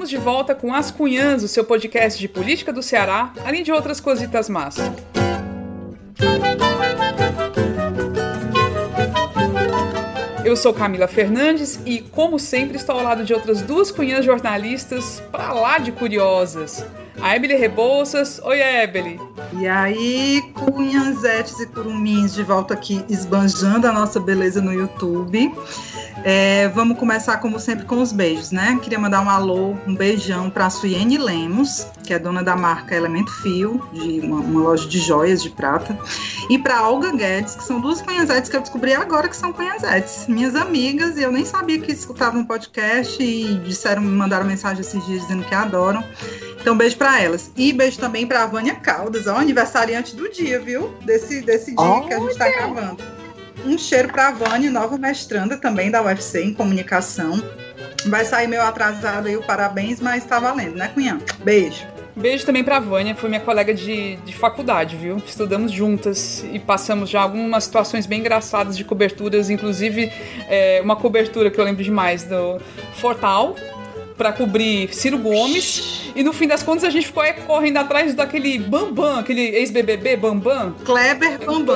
Estamos de volta com As Cunhãs, o seu podcast de política do Ceará, além de outras cositas más. Eu sou Camila Fernandes e, como sempre, estou ao lado de outras duas cunhãs jornalistas pra lá de curiosas. A Ebeli Rebouças. Oi, Ebeli. E aí, cunhanzetes e curumins, de volta aqui esbanjando a nossa beleza no YouTube. Vamos começar, como sempre, com os beijos, né? Queria mandar um alô, um beijão para a Suiene Lemos, que é dona da marca Elemento Fio, de uma loja de joias de prata, e para a Olga Guedes, que são duas cunhanzetes que eu descobri agora que são cunhanzetes, minhas amigas, e eu nem sabia que escutavam um podcast e me mandaram mensagem esses dias dizendo que adoram. Então, beijo para elas. E beijo também para a Vânia Caldas, aniversariante do dia, viu? Desse dia que a gente está gravando. Um cheiro para a Vânia, nova mestranda também da UFC em comunicação. Vai sair meio atrasado aí o parabéns, mas tá valendo, né, cunhã? Beijo. Beijo também pra Vânia, foi minha colega de faculdade, viu? Estudamos juntas e passamos já algumas situações bem engraçadas de coberturas, inclusive uma cobertura que eu lembro demais do Fortal, pra cobrir Ciro Gomes, e no fim das contas a gente ficou correndo atrás daquele Bambam, aquele ex-BBB Bambam. Kleber Bambam.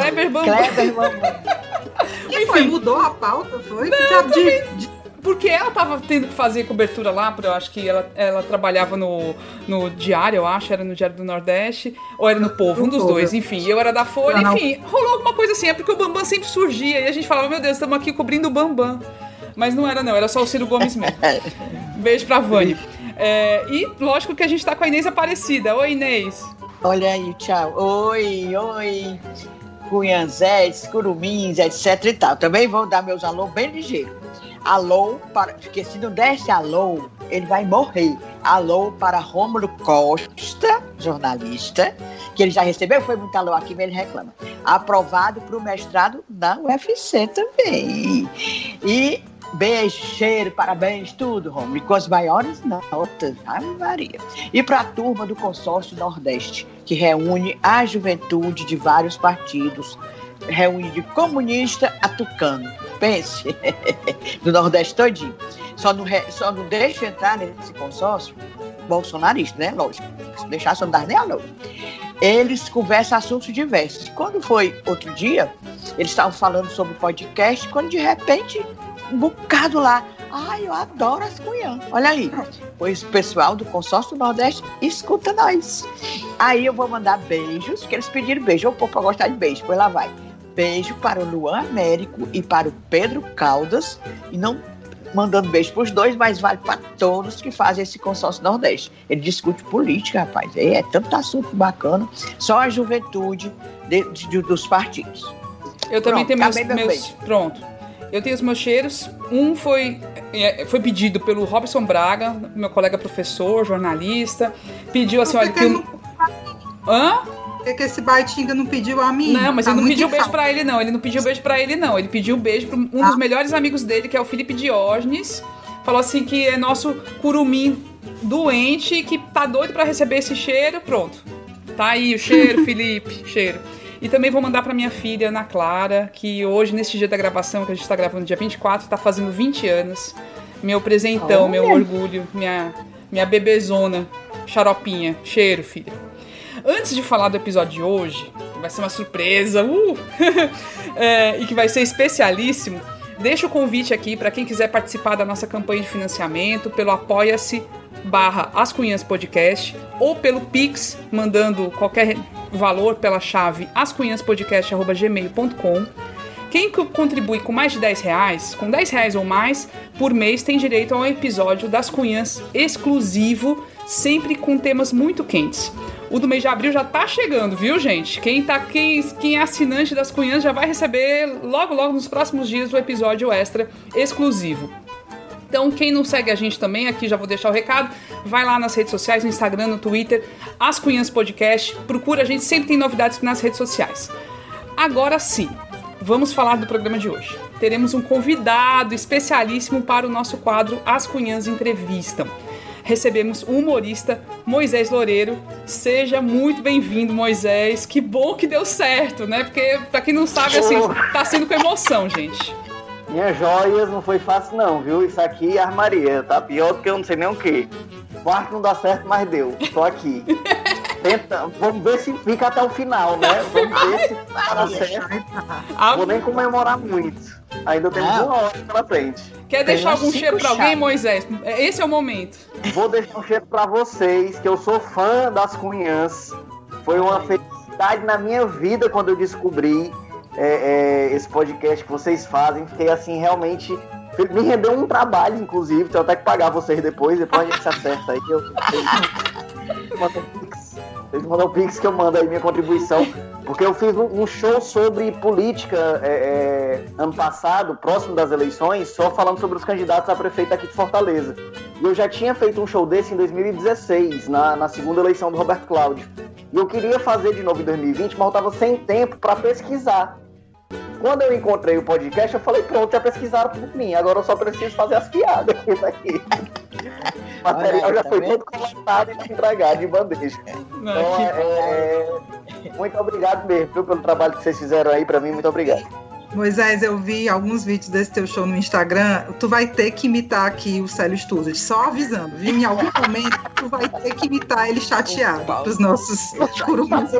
Enfim, foi? Mudou a pauta, foi? Não, porque ela tava tendo que fazer cobertura lá, eu acho que ela trabalhava no Diário, eu acho, era no Diário do Nordeste, ou era no Povo, um dos dois, enfim, eu era da Folha, enfim, rolou alguma coisa assim, é porque o Bambam sempre surgia, e a gente falava, meu Deus, estamos aqui cobrindo o Bambam, mas não, era só o Ciro Gomes mesmo. Beijo pra Vânia. E lógico que a gente tá com a Inês Aparecida. Oi, Inês. Olha aí, tchau. Oi. Cunhanzetes, curumins, etc e tal. Também vou dar meus alô bem ligeiro. Alô porque se não desse alô, ele vai morrer. Alô para Rômulo Costa, jornalista, que ele já recebeu, foi muito alô aqui, mas ele reclama. Aprovado para o mestrado da UFC também. E beijo, cheiro, parabéns, tudo, Rômulo. E com as maiores notas, Ave Maria. E para a turma do Consórcio Nordeste, que reúne a juventude de vários partidos, reúne de comunista a tucano. Pense, do Nordeste todinho. Só não deixa entrar nesse consórcio bolsonarista, né? Lógico. Se deixar, só não dá nem a luz. Eles conversam assuntos diversos. Quando foi outro dia, eles estavam falando sobre podcast, quando de repente, um bocado lá. Ai, eu adoro as cunhãs. Olha aí. Pois o pessoal do Consórcio Nordeste escuta nós. Aí eu vou mandar beijos, que eles pediram beijo. O povo pra gostar de beijo, pois lá vai. Beijo para o Luan Américo e para o Pedro Caldas, e não mandando beijo para os dois, mas vale para todos que fazem esse Consórcio Nordeste. Ele discute política, rapaz, é tanto assunto bacana, só a juventude dos partidos. Eu também tenho meus pronto. Eu tenho os meus cheiros. Um foi pedido pelo Robson Braga, meu colega professor, jornalista, pediu assim, olha... Por que esse Baitinga não pediu a mim? Não, mas ele não pediu beijo pra ele, não. Ele não pediu beijo pra ele, não. Ele pediu beijo pra um dos melhores amigos dele, que é o Felipe Diógenes. Falou assim que é nosso curumim doente, que tá doido pra receber esse cheiro. Pronto. Tá aí o cheiro, Felipe. Cheiro. E também vou mandar pra minha filha, Ana Clara, que hoje, nesse dia da gravação, que a gente tá gravando dia 24, tá fazendo 20 anos. Meu presentão, meu orgulho, minha bebezona, xaropinha. Cheiro, filha. Antes de falar do episódio de hoje, que vai ser uma surpresa, e que vai ser especialíssimo, deixa o convite aqui para quem quiser participar da nossa campanha de financiamento pelo apoia-se/As Cunhãs Podcast ou pelo Pix, mandando qualquer valor pela chave ascunhaspodcast@gmail.com. Quem contribui com mais de R$10, com R$10 ou mais por mês, tem direito a um episódio das Cunhãs exclusivo, sempre com temas muito quentes. O do mês de abril já tá chegando, viu, gente? Quem é assinante das Cunhãs já vai receber logo nos próximos dias o episódio extra exclusivo. Então, quem não segue a gente também, aqui já vou deixar o recado, vai lá nas redes sociais, no Instagram, no Twitter, As Cunhãs Podcast, procura a gente, sempre tem novidades nas redes sociais. Agora sim, vamos falar do programa de hoje. Teremos um convidado especialíssimo para o nosso quadro As Cunhãs Entrevistam. Recebemos o humorista Moisés Loureiro. Seja muito bem-vindo, Moisés. Que bom que deu certo, né? Porque, pra quem não sabe, assim, tá sendo com emoção, gente. Minhas joias, não foi fácil não, viu? Isso aqui é armaria, tá pior do que eu não sei nem o quê. Quarto não dá certo, mas deu. Tô aqui. Vamos ver se fica até o final, né? Vamos ver se dá certo. Vou nem comemorar muito. Ainda temos uma hora pela frente. Quer deixar algum cheiro pra alguém, Moisés? Esse é o momento. Vou deixar um cheiro pra vocês, que eu sou fã das Cunhãs. Foi uma felicidade na minha vida quando eu descobri esse podcast que vocês fazem. Fiquei assim, realmente... Me rendeu um trabalho, inclusive. Tenho até que pagar vocês depois a gente se acerta aí. Vocês mandam o Pix que eu mando aí minha contribuição. Porque eu fiz um show sobre política ano passado, próximo das eleições, só falando sobre os candidatos a prefeito aqui de Fortaleza. E eu já tinha feito um show desse em 2016, na segunda eleição do Roberto Cláudio. E eu queria fazer de novo em 2020, mas eu estava sem tempo para pesquisar. Quando eu encontrei o podcast, eu falei, pronto, já pesquisaram por mim, agora eu só preciso fazer as piadas aqui. O material já foi todo coletado e entregado de bandeja. Então, muito obrigado mesmo, viu, pelo trabalho que vocês fizeram aí pra mim, muito obrigado. Moisés, eu vi alguns vídeos desse teu show no Instagram, tu vai ter que imitar aqui o Célio Stuzzi, só avisando, viu? Em algum momento tu vai ter que imitar ele chateado pros nossos curumins.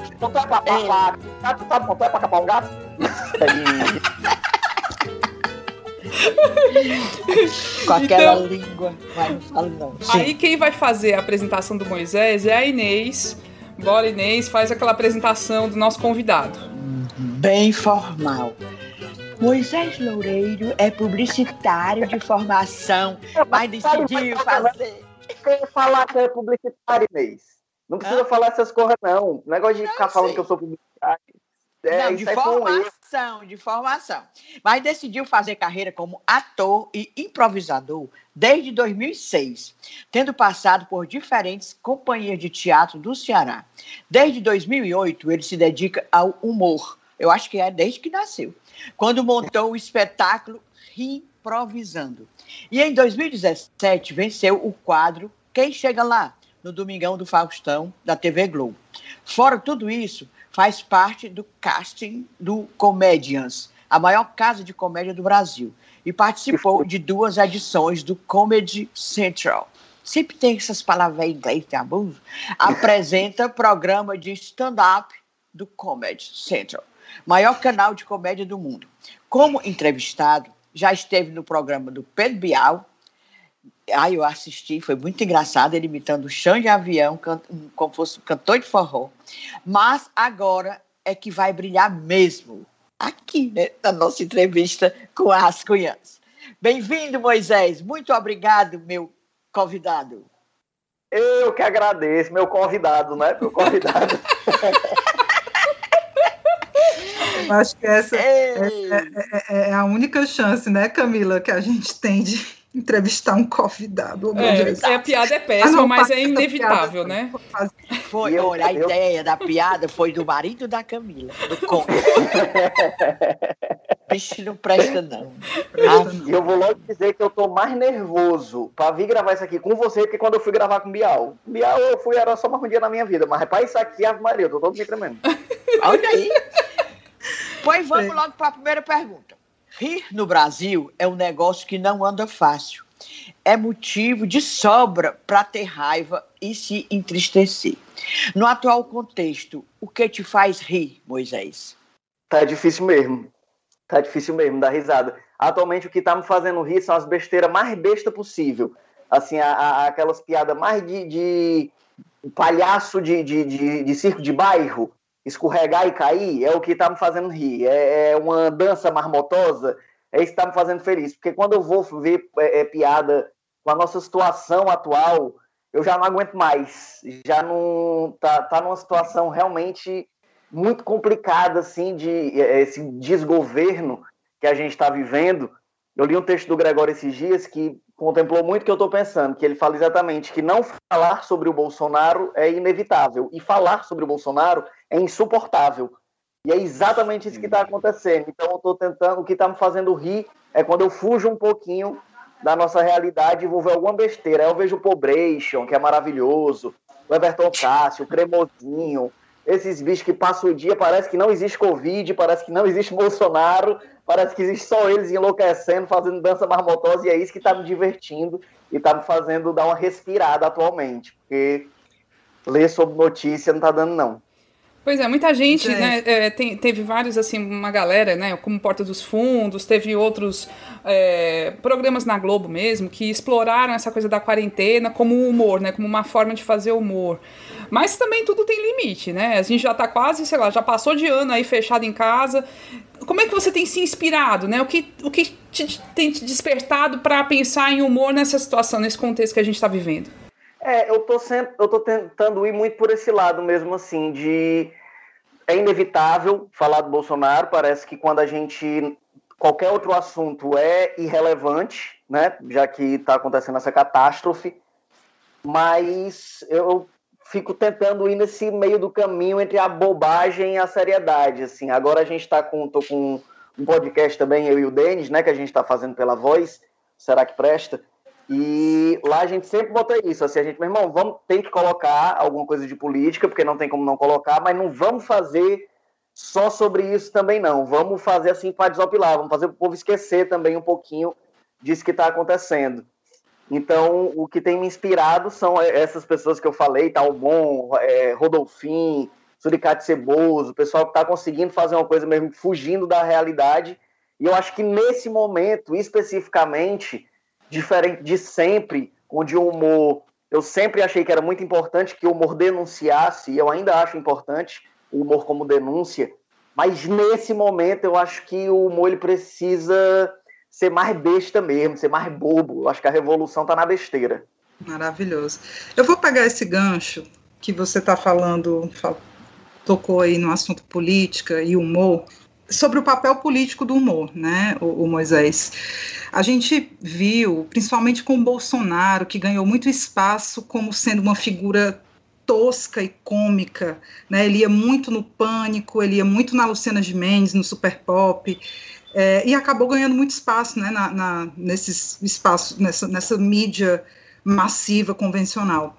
Com aquela língua, mas não falo não. Aí quem vai fazer a apresentação do Moisés é a Inês. Bora, Inês, faz aquela apresentação do nosso convidado. Bem formal. Moisés Loureiro é publicitário de formação, mas decidiu fazer... Quem falar que é publicitário, Inês? Não precisa falar essas coisas, não. O negócio de ficar falando que eu sou publicitário. De formação. Mas decidiu fazer carreira como ator e improvisador desde 2006, tendo passado por diferentes companhias de teatro do Ceará. Desde 2008, ele se dedica ao humor. Eu acho que é desde que nasceu. Quando montou o espetáculo Improvisando. E em 2017, venceu o quadro Quem Chega Lá, no Domingão do Faustão, da TV Globo. Fora tudo isso, faz parte do casting do Comedians, a maior casa de comédia do Brasil, e participou de 2 edições do Comedy Central. Sempre tem essas palavras em inglês, tem abuso. Apresenta programa de stand-up do Comedy Central, maior canal de comédia do mundo. Como entrevistado, já esteve no programa do Pedro Bial. Eu assisti, foi muito engraçado, ele imitando o chão de avião, como fosse um cantor de forró. Mas agora é que vai brilhar mesmo, aqui, né, na nossa entrevista com as Cunhãs. Bem-vindo, Moisés. Muito obrigado, meu convidado. Eu que agradeço, meu convidado, né? Meu convidado. Eu acho que essa é a única chance, né, Camila, que a gente tem de entrevistar um convidado. A piada é péssima, mas é inevitável, né? Olha, a ideia da piada foi do marido da Camila, do Conde. Bicho não presta, não. E eu vou logo dizer que eu tô mais nervoso pra vir gravar isso aqui com você do que quando eu fui gravar com o Bial. Bial era só mais um dia na minha vida, mas pra isso aqui, Ave Maria, eu tô todo me tremendo. Olha aí. Pois vamos logo para a primeira pergunta. Rir no Brasil é um negócio que não anda fácil. É motivo de sobra para ter raiva e se entristecer. No atual contexto, o que te faz rir, Moisés? Tá difícil mesmo dar risada. Atualmente o que tá me fazendo rir são as besteiras mais besta possível. Assim, aquelas piadas mais de palhaço de circo de bairro, escorregar e cair, é o que tá me fazendo rir. É uma dança marmotosa, é isso que tá me fazendo feliz. Porque quando eu vou ver piada com a nossa situação atual, eu já não aguento mais. Já não... Tá numa situação realmente muito complicada, assim, esse desgoverno que a gente está vivendo. Eu li um texto do Gregório esses dias que contemplou muito o que eu estou pensando, que ele fala exatamente que não falar sobre o Bolsonaro é inevitável e falar sobre o Bolsonaro é insuportável. E é exatamente isso que está acontecendo. Então eu estou tentando, o que está me fazendo rir é quando eu fujo um pouquinho da nossa realidade e vou ver alguma besteira. Aí eu vejo o Pobration, que é maravilhoso, o Everton Cássio, o Cremosinho, esses bichos que passam o dia, parece que não existe Covid, parece que não existe Bolsonaro, parece que existe só eles enlouquecendo, fazendo dança marmotosa, e é isso que tá me divertindo e tá me fazendo dar uma respirada atualmente, porque ler sobre notícia não tá dando, não. Pois é, muita gente, né, teve vários, assim, uma galera, né, como Porta dos Fundos, teve outros programas na Globo mesmo, que exploraram essa coisa da quarentena como humor, né, como uma forma de fazer humor. Mas também tudo tem limite, né, a gente já tá quase, sei lá, já passou de ano aí fechado em casa. Como é que você tem se inspirado, né, o que tem te despertado para pensar em humor nessa situação, nesse contexto que a gente tá vivendo? Eu tô tentando ir muito por esse lado mesmo, assim, é inevitável falar do Bolsonaro, parece que qualquer outro assunto é irrelevante, né, já que está acontecendo essa catástrofe, mas eu fico tentando ir nesse meio do caminho entre a bobagem e a seriedade, assim. Agora a gente tô com um podcast também, eu e o Denis, né, que a gente está fazendo pela Voz, Será que Presta? E lá a gente sempre bota isso, assim, a gente, meu irmão, tem que colocar alguma coisa de política, porque não tem como não colocar, mas não vamos fazer só sobre isso também não, vamos fazer assim para desopilar, vamos fazer o povo esquecer também um pouquinho disso que está acontecendo. Então, o que tem me inspirado são essas pessoas que eu falei, Talbon, Rodolfin, Suricate Ceboso, o pessoal que está conseguindo fazer uma coisa mesmo fugindo da realidade, e eu acho que nesse momento, especificamente, diferente de sempre, onde o humor, eu sempre achei que era muito importante que o humor denunciasse, e eu ainda acho importante o humor como denúncia, mas nesse momento eu acho que o humor ele precisa ser mais besta mesmo, ser mais bobo. Eu acho que a revolução está na besteira. Maravilhoso. Eu vou pegar esse gancho que você está falando, tocou aí no assunto política e humor, sobre o papel político do humor, né, o Moisés. A gente viu, principalmente com o Bolsonaro, que ganhou muito espaço como sendo uma figura tosca e cômica, né? Ele ia muito no Pânico, ele ia muito na Luciana Gimenez, no Super Pop, e acabou ganhando muito espaço, né, nesses espaços, nessa mídia massiva, convencional.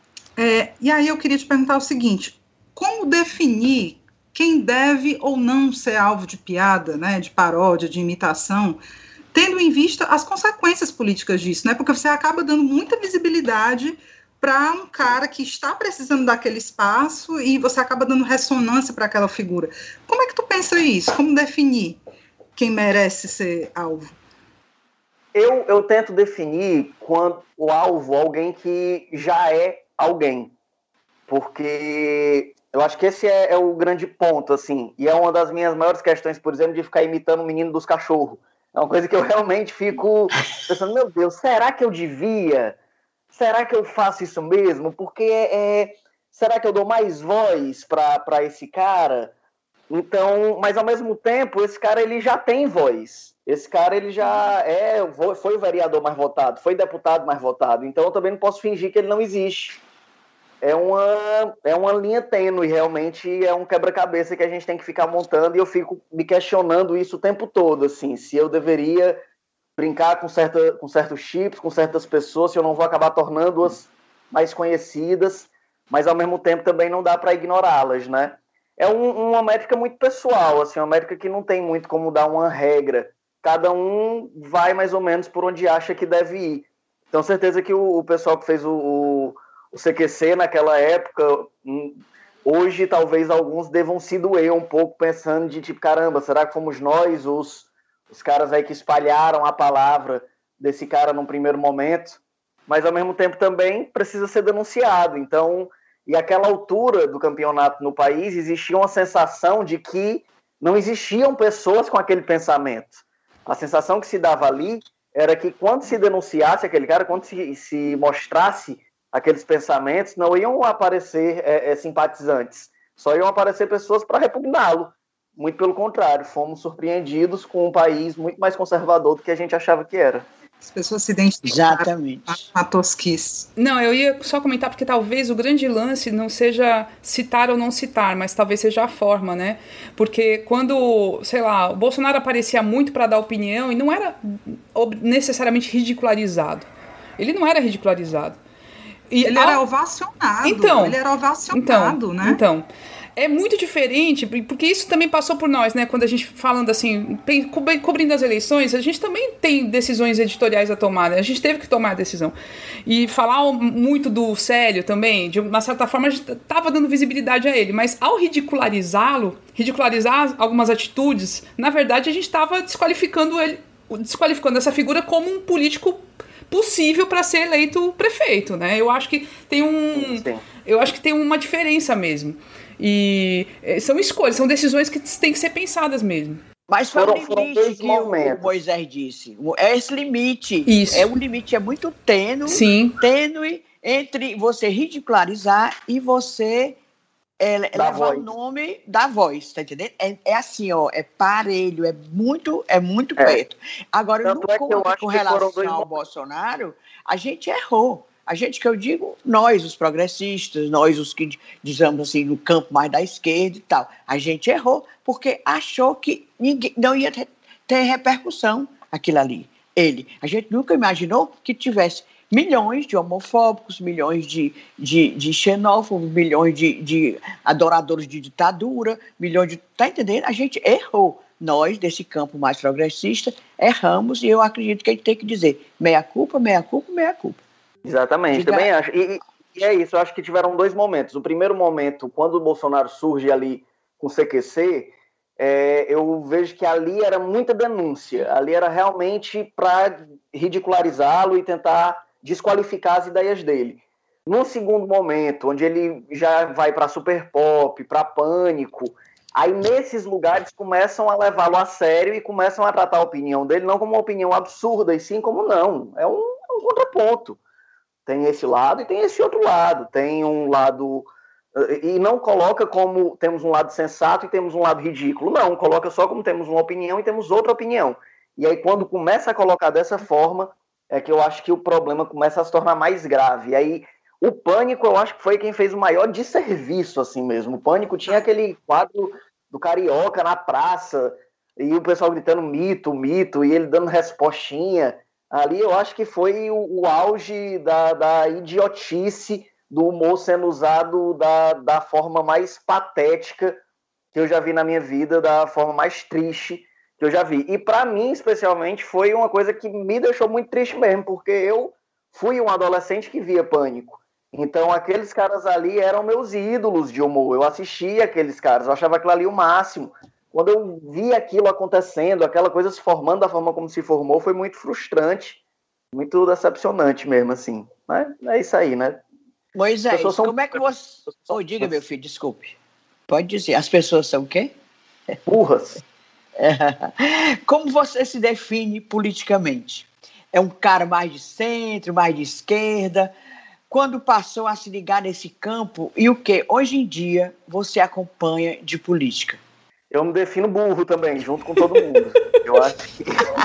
E aí eu queria te perguntar o seguinte: como definir quem deve ou não ser alvo de piada, né, de paródia, de imitação, tendo em vista as consequências políticas disso, né? Porque você acaba dando muita visibilidade para um cara que está precisando daquele espaço e você acaba dando ressonância para aquela figura. Como é que tu pensa isso? Como definir quem merece ser alvo? Eu tento definir quando o alvo alguém que já é alguém, porque eu acho que esse é o grande ponto, assim, e é uma das minhas maiores questões, por exemplo, de ficar imitando o menino dos cachorros. É uma coisa que eu realmente fico pensando, meu Deus, será que eu devia? Será que eu faço isso mesmo? Porque será que eu dou mais voz para esse cara? Então, mas ao mesmo tempo, esse cara ele já tem voz. Esse cara ele já foi o vereador mais votado, foi deputado mais votado. Então eu também não posso fingir que ele não existe. É uma linha tênue, realmente é um quebra-cabeça que a gente tem que ficar montando, e eu fico me questionando isso o tempo todo, assim, se eu deveria brincar com certos chips, com certas pessoas, se eu não vou acabar tornando-as mais conhecidas, mas ao mesmo tempo também não dá para ignorá-las, né? É uma métrica muito pessoal, assim, uma métrica que não tem muito como dar uma regra. Cada um vai mais ou menos por onde acha que deve ir. Tenho certeza que o pessoal que fez o CQC naquela época, hoje talvez alguns devam se doer um pouco pensando de tipo, caramba, será que fomos nós os caras aí que espalharam a palavra desse cara num primeiro momento? Mas ao mesmo tempo também precisa ser denunciado. Então, e àquela altura do campeonato no país existia uma sensação de que não existiam pessoas com aquele pensamento. A sensação que se dava ali era que quando se denunciasse aquele cara, quando se mostrasse aqueles pensamentos, não iam aparecer simpatizantes, só iam aparecer pessoas para repugná-lo. Muito pelo contrário, fomos surpreendidos com um país muito mais conservador do que a gente achava que era. As pessoas se identificaram com a tosquice. Não, eu ia só comentar porque talvez o grande lance não seja citar ou não citar, mas talvez seja a forma, né? Porque quando, sei lá, o Bolsonaro aparecia muito para dar opinião e não era necessariamente ridicularizado. Ele não era ridicularizado. Ele era ovacionado. Então, né? Então, é muito diferente, porque isso também passou por nós, né? Quando a gente falando assim, cobrindo as eleições, a gente também tem decisões editoriais a tomar, né? A gente teve que tomar a decisão. E falar muito do Célio também, de uma certa forma, a gente estava dando visibilidade a ele, mas ao ridicularizar algumas atitudes, na verdade a gente estava desqualificando essa figura como um político possível para ser eleito prefeito, né? Eu acho que tem uma diferença mesmo. E são escolhas, são decisões que têm que ser pensadas mesmo. Mas foi o limite que o Moisés disse. É esse limite. Isso. É um limite, é muito tênue, tênue entre você ridicularizar e você levar o nome da voz, tá entendendo? É assim, ó, é parelho, é muito perto. Agora, com relação ao Bolsonaro, a gente errou. A gente, que eu digo, nós, os progressistas, nós, os que, digamos assim, no campo mais da esquerda e tal, a gente errou porque achou que não ia ter repercussão aquilo ali. A gente nunca imaginou que tivesse milhões de homofóbicos, milhões de xenófobos, milhões de adoradores de ditadura, milhões de... Tá entendendo? A gente errou. Nós, desse campo mais progressista, erramos e eu acredito que a gente tem que dizer meia culpa, meia culpa, meia culpa. Exatamente, também acho. E é isso, eu acho que tiveram dois momentos. O primeiro momento, quando o Bolsonaro surge ali com o CQC, eu vejo que ali era muita denúncia, ali era realmente para ridicularizá-lo e tentar desqualificar as ideias dele. Num segundo momento, onde ele já vai para Super Pop, para Pânico, aí nesses lugares começam a levá-lo a sério e começam a tratar a opinião dele não como uma opinião absurda, e sim como não, é um contraponto. Tem esse lado e tem esse outro lado. Tem um lado... E não coloca como temos um lado sensato e temos um lado ridículo. Não, coloca só como temos uma opinião e temos outra opinião. E aí, quando começa a colocar dessa forma, é que eu acho que o problema começa a se tornar mais grave. E aí, o Pânico, eu acho que foi quem fez o maior desserviço, assim mesmo. O Pânico tinha aquele quadro do Carioca na praça, e o pessoal gritando mito, mito, e ele dando respostinha. Ali eu acho que foi o auge da idiotice do humor sendo usado da forma mais patética que eu já vi na minha vida, da forma mais triste que eu já vi. E para mim, especialmente, foi uma coisa que me deixou muito triste mesmo, porque eu fui um adolescente que via Pânico. Então aqueles caras ali eram meus ídolos de humor. Eu assistia aqueles caras, eu achava aquilo ali o máximo. Quando eu vi aquilo acontecendo, aquela coisa se formando da forma como se formou, foi muito frustrante, muito decepcionante mesmo, assim. Mas é isso aí, né? Moisés, como é que você... diga, meu filho, desculpe. Pode dizer. As pessoas são o quê? Burras. Como você se define politicamente? É um cara mais de centro, mais de esquerda? Quando passou a se ligar nesse campo, e o que hoje em dia você acompanha de política? Eu me defino burro também, junto com todo mundo. Eu acho que...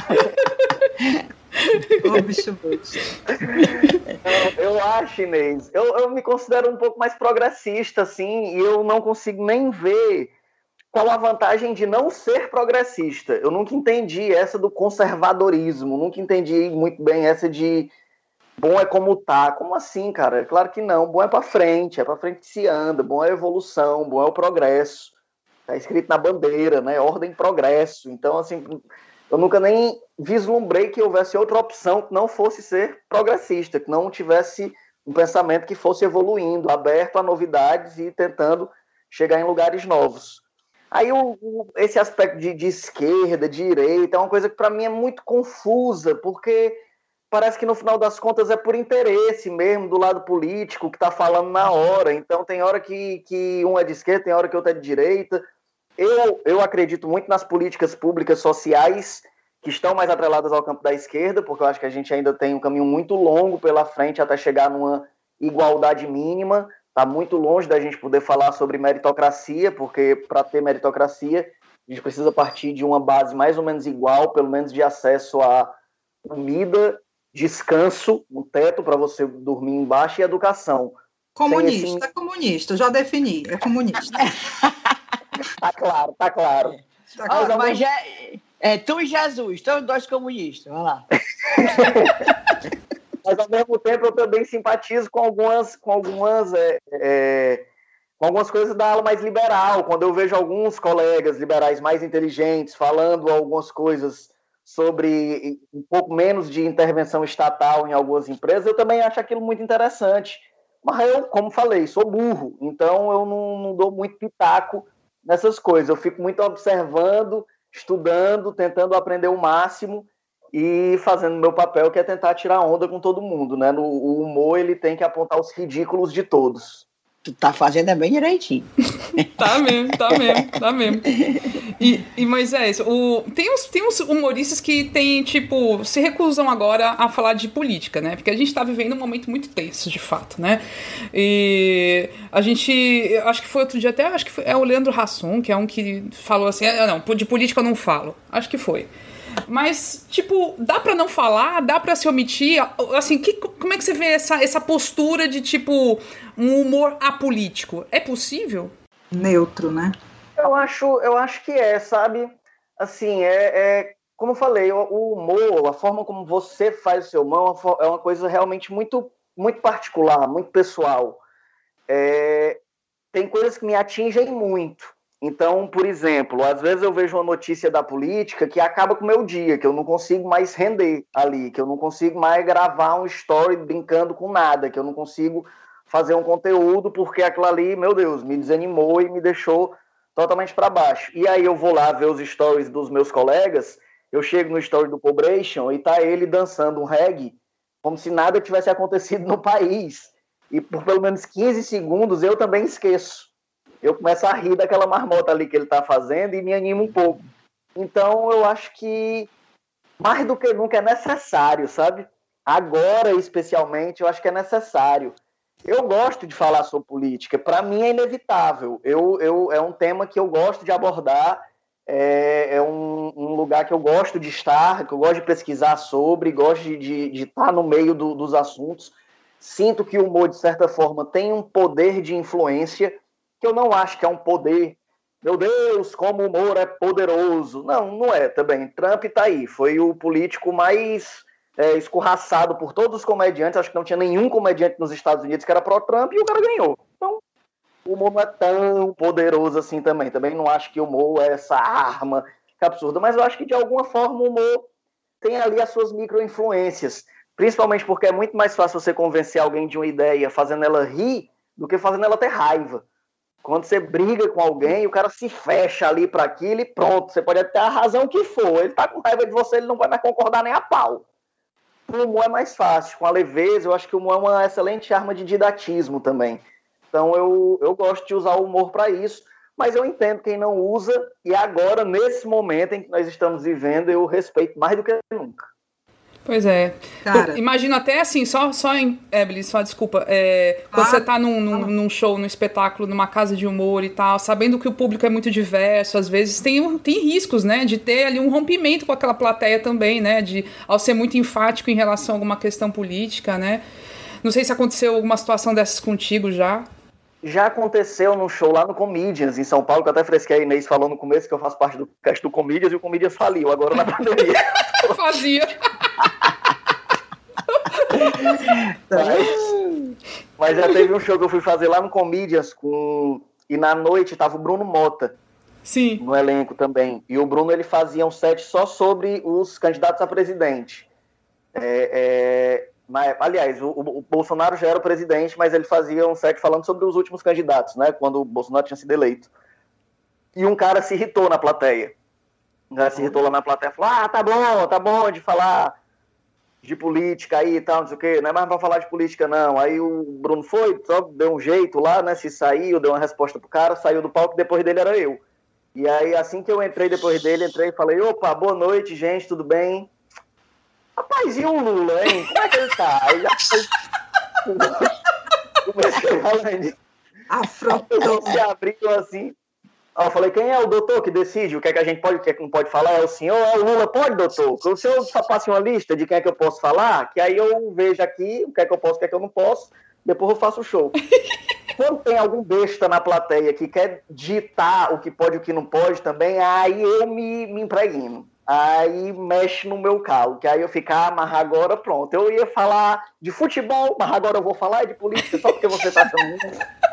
Eu acho, Inês, eu me considero um pouco mais progressista, assim, e eu não consigo nem ver qual a vantagem de não ser progressista. Eu nunca entendi essa do conservadorismo, nunca entendi muito bem essa de bom é como tá. Como assim, cara? Claro que não, bom é pra frente que se anda, bom é a evolução, bom é o progresso. Tá escrito na bandeira, né? Ordem e progresso. Então, assim, eu nunca nem vislumbrei que houvesse outra opção que não fosse ser progressista, que não tivesse um pensamento que fosse evoluindo, aberto a novidades e tentando chegar em lugares novos. Aí esse aspecto de esquerda, direita, é uma coisa que para mim é muito confusa, porque parece que no final das contas é por interesse mesmo do lado político que está falando na hora. Então tem hora que um é de esquerda, tem hora que outro é de direita. Eu acredito muito nas políticas públicas sociais que estão mais atreladas ao campo da esquerda, porque eu acho que a gente ainda tem um caminho muito longo pela frente até chegar numa igualdade mínima. Está muito longe da gente poder falar sobre meritocracia, porque para ter meritocracia a gente precisa partir de uma base mais ou menos igual, pelo menos de acesso a comida, descanso, um teto para você dormir embaixo e educação. Comunista, comunista, eu já defini, é comunista. Tá claro. Mas tu e Jesus, estão os dois comunistas, vamos lá. Mas ao mesmo tempo eu também simpatizo com algumas algumas coisas da ala mais liberal. Quando eu vejo alguns colegas liberais mais inteligentes falando algumas coisas sobre um pouco menos de intervenção estatal em algumas empresas, eu também acho aquilo muito interessante. Mas eu, como falei, sou burro, então eu não dou muito pitaco nessas coisas. Eu fico muito observando, estudando, tentando aprender o máximo e fazendo meu papel, que é tentar tirar onda com todo mundo, né? O humor, ele tem que apontar os ridículos de todos. Tu tá fazendo bem direitinho. Tá mesmo. E Moisés, tem uns humoristas que se recusam agora a falar de política, né? Porque a gente tá vivendo um momento muito tenso, de fato, né? E a gente, acho que foi outro dia até, é o Leandro Hassum, que é um que falou assim, não, de política eu não falo. Acho que foi. Mas, dá pra não falar? Dá pra se omitir? Assim, como é que você vê essa postura de, um humor apolítico? É possível? Neutro, né? Eu acho que sabe? Assim, como eu falei, o humor, a forma como você faz o seu humor é uma coisa realmente muito, muito particular, muito pessoal. Tem coisas que me atingem muito. Então, por exemplo, às vezes eu vejo uma notícia da política que acaba com o meu dia, que eu não consigo mais render ali, que eu não consigo mais gravar um story brincando com nada, que eu não consigo fazer um conteúdo porque aquilo ali, meu Deus, me desanimou e me deixou totalmente para baixo. E aí eu vou lá ver os stories dos meus colegas, eu chego no story do Pobration e tá ele dançando um reggae como se nada tivesse acontecido no país. E por pelo menos 15 segundos eu também esqueço. Eu começo a rir daquela marmota ali que ele está fazendo e me animo um pouco. Então, eu acho que mais do que nunca é necessário, sabe? Agora, especialmente, eu acho que é necessário. Eu gosto de falar sobre política. Para mim, é inevitável. É um tema que eu gosto de abordar. É um lugar que eu gosto de estar, que eu gosto de pesquisar sobre, gosto de estar no meio dos assuntos. Sinto que o humor, de certa forma, tem um poder de influência que eu não acho que é um poder, meu Deus, como o humor é poderoso. Não é também. Trump tá aí, foi o político mais escorraçado por todos os comediantes, acho que não tinha nenhum comediante nos Estados Unidos que era pró-Trump e o cara ganhou. Então, o humor não é tão poderoso assim também. Também não acho que o humor é essa arma que é absurda, mas eu acho que de alguma forma o humor tem ali as suas micro-influências, principalmente porque é muito mais fácil você convencer alguém de uma ideia fazendo ela rir do que fazendo ela ter raiva. Quando você briga com alguém, o cara se fecha ali para aquilo e pronto. Você pode ter a razão que for. Ele tá com raiva de você, ele não vai mais concordar nem a pau. O humor é mais fácil. Com a leveza, eu acho que o humor é uma excelente arma de didatismo também. Então, eu gosto de usar o humor para isso. Mas eu entendo quem não usa. E agora, nesse momento em que nós estamos vivendo, eu respeito mais do que nunca. Pois é. Cara, imagino até assim, só em Evelyn, só desculpa, quando você tá num show, num espetáculo, numa casa de humor e tal, sabendo que o público é muito diverso, às vezes tem riscos, né, de ter ali um rompimento com aquela plateia também, né, ao ser muito enfático em relação a alguma questão política, né. Não sei se aconteceu alguma situação dessas contigo já. Já aconteceu num show lá no Comedians, em São Paulo, que eu até fresquei a Inês falando no começo, que eu faço parte do cast do Comedians, e o Comedians faliu agora na pandemia. Fazia. Mas já teve um show que eu fui fazer lá no Comedians e na noite tava o Bruno Mota. Sim. No elenco também. E o Bruno, ele fazia um set só sobre os candidatos a presidente. Aliás, o Bolsonaro já era o presidente, mas ele fazia um set falando sobre os últimos candidatos, né? Quando o Bolsonaro tinha sido eleito. E um cara se irritou na plateia. Um cara se irritou lá na plateia e falou: tá bom de falar de política aí e tal, não sei o quê, não é mais pra falar de política, não. Aí o Bruno foi, só deu um jeito lá, né? Se saiu, deu uma resposta pro cara, saiu do palco, depois dele era eu. E aí, assim que eu entrei depois dele, e falei: opa, boa noite, gente, tudo bem? Rapaz, e o Lula, hein? Como é que ele tá? Aí já comecei falando. Afrontou. Se abriu assim. Eu falei: quem é o doutor que decide o que é que a gente pode, o que é que não pode falar? É o senhor? É o Lula? Pode, doutor? O senhor só passe uma lista de quem é que eu posso falar, que aí eu vejo aqui o que é que eu posso, o que é que eu não posso, depois eu faço o show. Quando tem algum besta na plateia que quer ditar o que pode e o que não pode também, aí eu me impregno. Aí mexe no meu calo, que aí eu fico, mas agora pronto. Eu ia falar de futebol, mas agora eu vou falar de política só porque você tá chamando.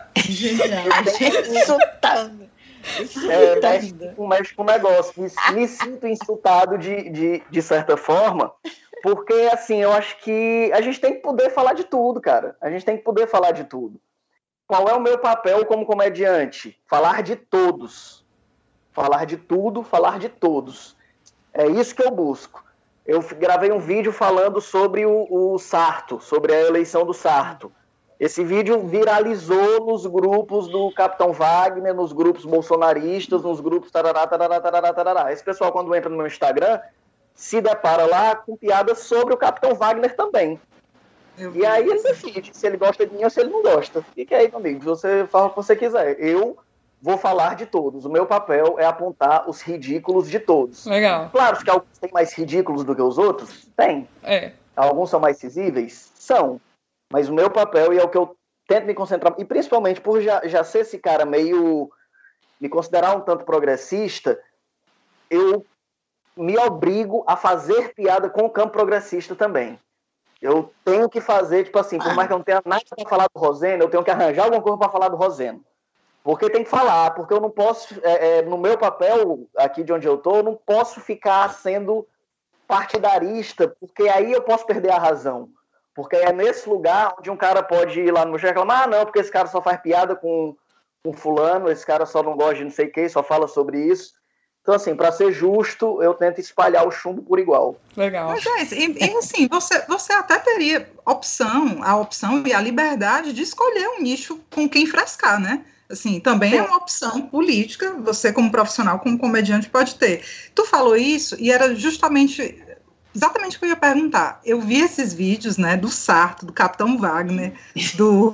Genial. Insultando. Mexe com o negócio. Me sinto insultado de certa forma, porque, assim, eu acho que a gente tem que poder falar de tudo, cara. A gente tem que poder falar de tudo. Qual é o meu papel como comediante? Falar de todos. Falar de tudo, falar de todos. É isso que eu busco. Eu gravei um vídeo falando sobre o Sarto, sobre a eleição do Sarto. Esse vídeo viralizou nos grupos do Capitão Wagner, nos grupos bolsonaristas, nos grupos tarará, tarará, tarará, tarará. Esse pessoal, quando entra no meu Instagram, se depara lá com piadas sobre o Capitão Wagner também. E aí ele decide se ele gosta de mim ou se ele não gosta. Fique aí comigo, você fala o que você quiser. Eu vou falar de todos. O meu papel é apontar os ridículos de todos. Legal. Claro que alguns têm mais ridículos do que os outros? Tem. Alguns são mais risíveis? São. Mas o meu papel, e é o que eu tento me concentrar, e principalmente por já ser esse cara meio... me considerar um tanto progressista, eu me obrigo a fazer piada com o campo progressista também. Eu tenho que fazer, tipo assim, por mais que eu não tenha nada para falar do Roseno, eu tenho que arranjar alguma coisa para falar do Roseno. Porque tem que falar, porque eu não posso, no meu papel, aqui de onde eu tô, eu não posso ficar sendo partidarista, porque aí eu posso perder a razão. Porque é nesse lugar onde um cara pode ir lá no meu e reclamar, não, porque esse cara só faz piada com fulano, esse cara só não gosta de não sei o que, só fala sobre isso. Então, assim, para ser justo, eu tento espalhar o chumbo por igual. Legal. Mas é isso. E assim, você até teria a opção e a liberdade de escolher um nicho com quem frescar, né? Assim, também é uma opção política, você como profissional, como comediante pode ter. Tu falou isso e era exatamente o que eu ia perguntar. Eu vi esses vídeos, né, do Sarto, do Capitão Wagner, do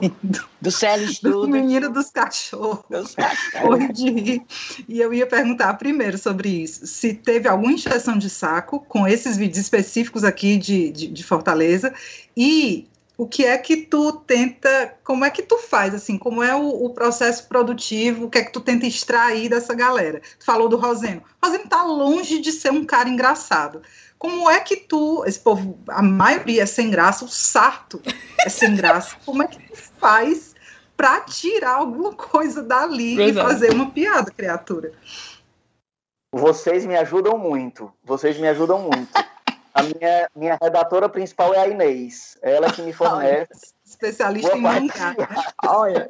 menino dos cachorros. Corre de rir. E eu ia perguntar primeiro sobre isso, se teve alguma encheção de saco com esses vídeos específicos aqui de Fortaleza, e o que é que tu tenta, como é que tu faz, assim, como é o processo produtivo, o que é que tu tenta extrair dessa galera? Tu falou do Roseno. O Roseno tá longe de ser um cara engraçado. Como é que esse povo, a maioria é sem graça, o Sarto é sem graça, como é que tu faz para tirar alguma coisa dali e fazer uma piada, criatura? Vocês me ajudam muito, A minha redatora principal é a Inês, ela que me fornece. Especialista em mangar. Olha,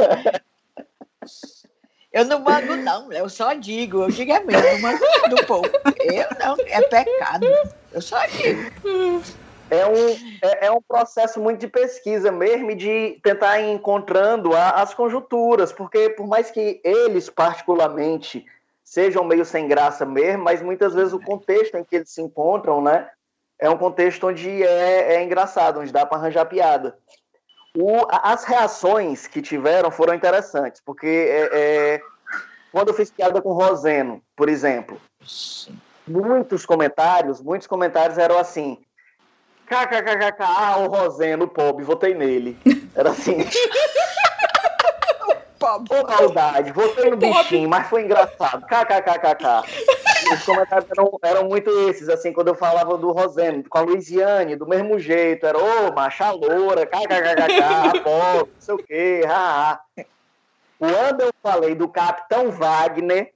eu não mando não, eu só digo, é mesmo, eu mando do povo. Eu não, é pecado, eu só digo. É um processo muito de pesquisa mesmo, e de tentar ir encontrando as conjunturas, porque por mais que eles particularmente sejam meio sem graça mesmo, mas muitas vezes o contexto em que eles se encontram, né, é um contexto onde é engraçado, onde dá para arranjar piada. As reações que tiveram foram interessantes, porque quando eu fiz piada com o Roseno, por exemplo, muitos comentários eram assim: kkkk, o Roseno, o pobre, votei nele. Era assim. Pô, maldade, votei no bichinho, mas foi engraçado. Kkkk. Os comentários eram muito esses, assim, quando eu falava do Roseno, com a Luiziane, do mesmo jeito, era, macha loura, kkkk, pobre, não sei o quê, haha. Quando eu falei do Capitão Wagner,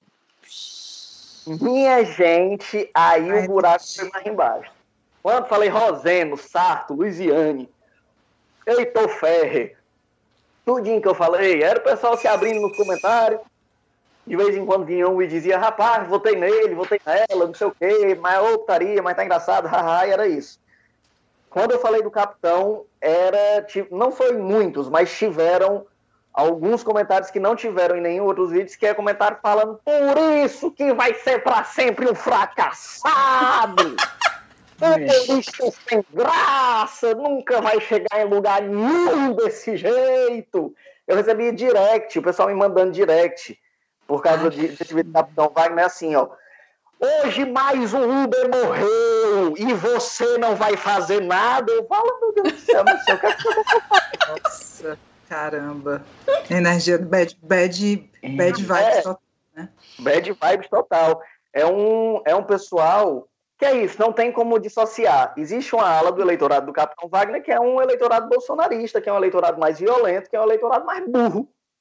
minha gente, aí o buraco foi mais embaixo. Quando falei Roseno, Sarto, Luiziane, Heitor Ferrer, tudinho que eu falei, era o pessoal se abrindo nos comentários. De vez em quando vinha um e dizia: rapaz, votei nele, votei nela, não sei o quê, mas putaria, mas tá engraçado, haha, e era isso. Quando eu falei do Capitão, não foi muitos, mas tiveram alguns comentários que não tiveram em nenhum outro vídeo, que é comentário falando: por isso que vai ser pra sempre um fracassado! Humorista sem graça, nunca vai chegar em lugar nenhum desse jeito. Eu recebi direct, o pessoal me mandando direct, por causa desse vídeo do Capitão Wagner, assim, ó: hoje mais um Uber morreu e você não vai fazer nada. Eu falo: meu Deus do céu, não sei o que é que eu vou fazer. Nossa, caramba. Energia bad vibes total, né? Bad vibes total. É um pessoal que é isso, não tem como dissociar. Existe uma ala do eleitorado do Capitão Wagner que é um eleitorado bolsonarista, que é um eleitorado mais violento, que é um eleitorado mais burro,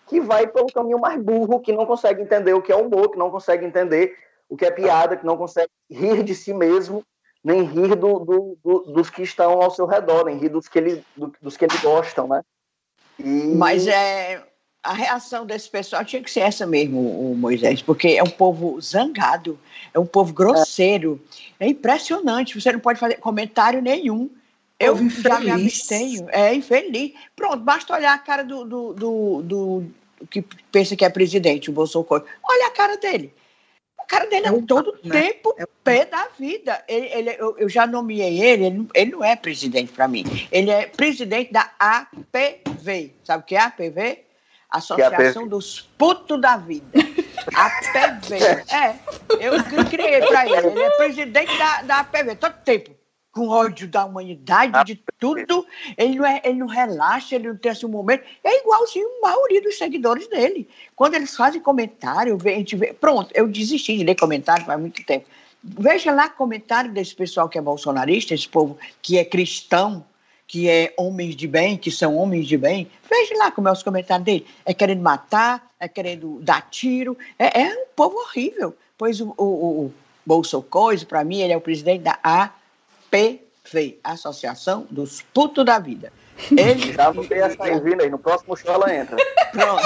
que vai pelo caminho mais burro, que não consegue entender o que é humor, que não consegue entender o que é piada, que não consegue rir de si mesmo, nem rir dos que estão ao seu redor, nem rir dos que eles gostam, né? Mas a reação desse pessoal tinha que ser essa mesmo, o Moisés, porque é um povo zangado, é um povo grosseiro, é impressionante, você não pode fazer comentário nenhum. Eu já me abstenho, infeliz. Pronto, basta olhar a cara do que pensa que é presidente, o Bolsonaro. Olha a cara dele. A cara dele é todo tempo pé da vida. Eu já nomeei ele não é presidente para mim. Ele é presidente da APV. Sabe o que é a APV? Associação dos Putos da Vida. APV. Eu criei para ele. Ele é presidente da APV, todo tempo. Com ódio da humanidade, de tudo. Ele não relaxa, ele não tem assim um momento. É igualzinho a maioria dos seguidores dele. Quando eles fazem comentário, a gente vê. Pronto, eu desisti de ler comentário faz muito tempo. Veja lá comentário desse pessoal que é bolsonarista, esse povo que é cristão, que é homens de bem, que são homens de bem. Veja lá como é os comentários dele. É querendo matar, é querendo dar tiro. É um povo horrível. Pois o Bolsonaro, para mim, ele é o presidente da APV, Associação dos Putos da Vida. Ele já não tem essa aí, viu? No próximo show ela entra. Pronto.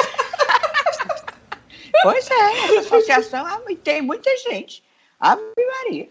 Pois é, essa associação tem muita gente. Ave Maria.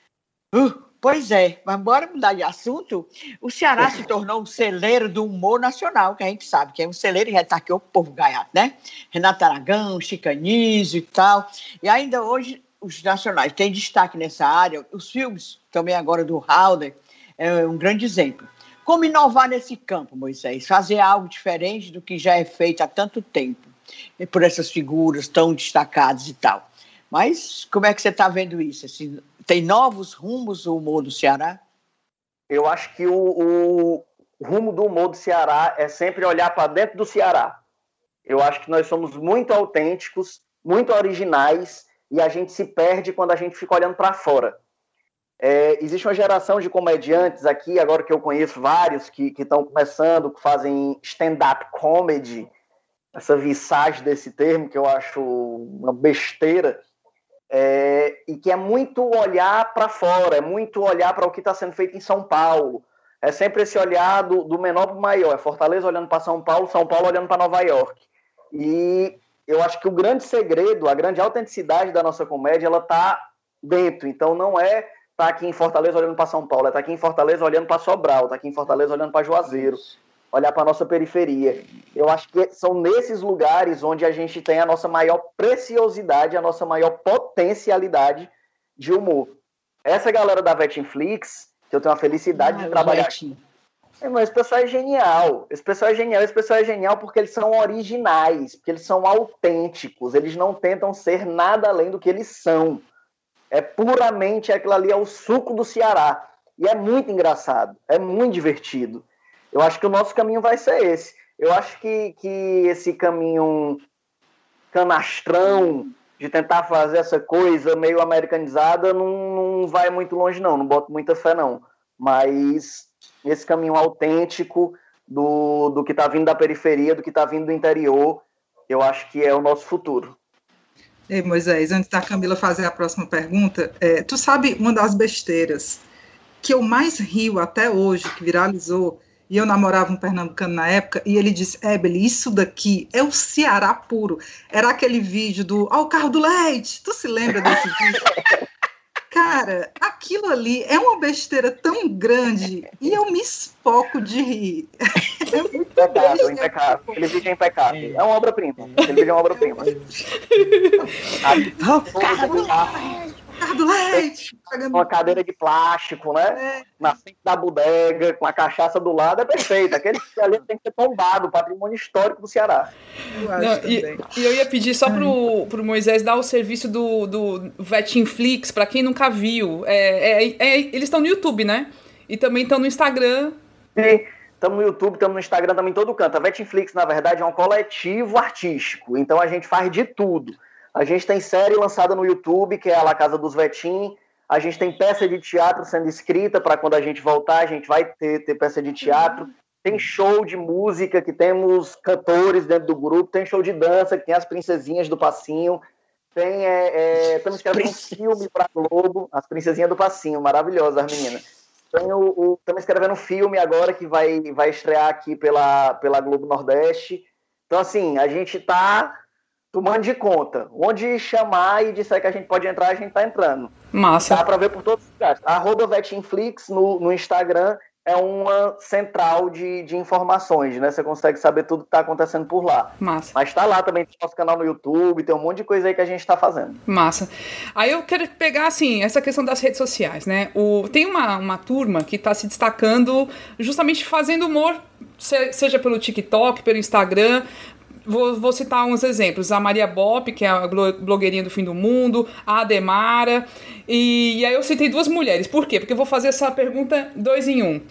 Pois é, mas bora mudar de assunto. O Ceará se tornou um celeiro do humor nacional, que a gente sabe que é um celeiro e retaqueou o povo gaiato, né? Renato Aragão, Chico Anísio e tal. E ainda hoje os nacionais têm destaque nessa área. Os filmes, também agora do Halder, é um grande exemplo. Como inovar nesse campo, Moisés? Fazer algo diferente do que já é feito há tanto tempo, por essas figuras tão destacadas e tal. Mas como é que você está vendo isso? Assim, tem novos rumos o humor do Ceará? Eu acho que o rumo do humor do Ceará é sempre olhar para dentro do Ceará. Eu acho que nós somos muito autênticos, muito originais, e a gente se perde quando a gente fica olhando para fora. Existe uma geração de comediantes aqui, agora que eu conheço vários, que estão começando, que fazem stand-up comedy, essa visagem desse termo, que eu acho uma besteira, e que é muito olhar para fora, é muito olhar para o que está sendo feito em São Paulo. É sempre esse olhar do menor para o maior. É Fortaleza olhando para São Paulo olhando para Nova York. E eu acho que o grande segredo, a grande autenticidade da nossa comédia, ela está dentro. Então não é estar aqui em Fortaleza olhando para São Paulo, é estar aqui em Fortaleza olhando para Sobral, estar aqui em Fortaleza olhando para Juazeiro, olhar para a nossa periferia. Eu acho que são nesses lugares onde a gente tem a nossa maior preciosidade, a nossa maior potencialidade de humor. Essa galera da Vetinflix, que eu tenho a felicidade de trabalhar aqui. Mas esse pessoal é genial. Esse pessoal é genial porque eles são originais, porque eles são autênticos, eles não tentam ser nada além do que eles são. É puramente aquilo ali, é o suco do Ceará. E é muito engraçado, é muito divertido. Eu acho que o nosso caminho vai ser esse. Eu acho que esse caminho canastrão de tentar fazer essa coisa meio americanizada não vai muito longe, não boto muita fé, não. Mas esse caminho autêntico do que está vindo da periferia, do que está vindo do interior, eu acho que é o nosso futuro. Ei, Moisés, antes da Camila fazer a próxima pergunta, tu sabe uma das besteiras que eu mais rio até hoje, que viralizou, e eu namorava um pernambucano na época, e ele disse, Ebeli, isso daqui é o Ceará puro. Era aquele vídeo do o carro do leite. Tu se lembra desse vídeo? Cara, aquilo ali é uma besteira tão grande, e eu me espoco de rir. É muito impecável. Aquele vídeo é impecável. É uma obra-prima. Aquele vídeo é uma obra-prima. O carro do leite! Uma cadeira de plástico, né? Na frente da bodega, com a cachaça do lado, é perfeito. Aquele ali tem que ser tombado, patrimônio histórico do Ceará. E eu ia pedir só pro Moisés dar o serviço do Vetinflix, pra quem nunca viu. Eles estão no YouTube, né? E também estão no Instagram. Sim, estamos no YouTube, estamos no Instagram, estamos em todo canto. A Vetinflix, na verdade, é um coletivo artístico. Então a gente faz de tudo. A gente tem série lançada no YouTube, que é a La Casa dos Vetim. A gente tem peça de teatro sendo escrita para quando a gente voltar, a gente vai ter peça de teatro. tem show de música, que temos cantores dentro do grupo, tem show de dança, que tem as princesinhas do Passinho, tem, estamos escrevendo um filme para Globo, as princesinhas do Passinho, maravilhosas as meninas. Estamos escrevendo um filme agora que vai estrear aqui pela Globo Nordeste. Então, assim, a gente está tomando de conta. Onde chamar e disser que a gente pode entrar, a gente está entrando. Massa. Dá para ver por todos os lugares. @VetinFlix no Instagram é uma central de informações, né? Você consegue saber tudo que está acontecendo por lá. Massa. Mas está lá também, tem nosso canal no YouTube, tem um monte de coisa aí que a gente está fazendo. Massa. Aí eu quero pegar, assim, essa questão das redes sociais, né? Tem uma turma que está se destacando justamente fazendo humor, seja pelo TikTok, pelo Instagram. Vou citar uns exemplos. A Maria Bop, que é a blogueirinha do Fim do Mundo, a Ademara. E aí eu citei duas mulheres. Por quê? Porque eu vou fazer essa pergunta 2 em 1.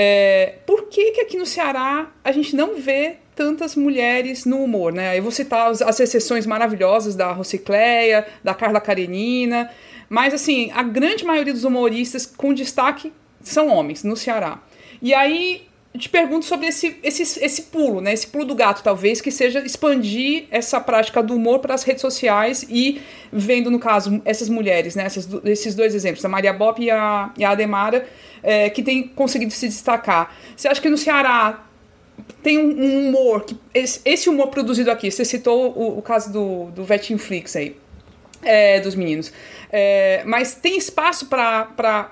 Por que aqui no Ceará a gente não vê tantas mulheres no humor, né? Eu vou citar as exceções maravilhosas da Rocicléia, da Carla Karenina. Mas, assim, a grande maioria dos humoristas com destaque são homens no Ceará. E aí eu te pergunto sobre esse pulo, né? Esse pulo do gato, talvez, que seja expandir essa prática do humor para as redes sociais e vendo, no caso, essas mulheres, né? Esses dois exemplos, a Maria Bop e a Ademara, que têm conseguido se destacar. Você acha que no Ceará tem um humor, esse humor produzido aqui, você citou o caso do VetinFlix aí, dos meninos, mas tem espaço para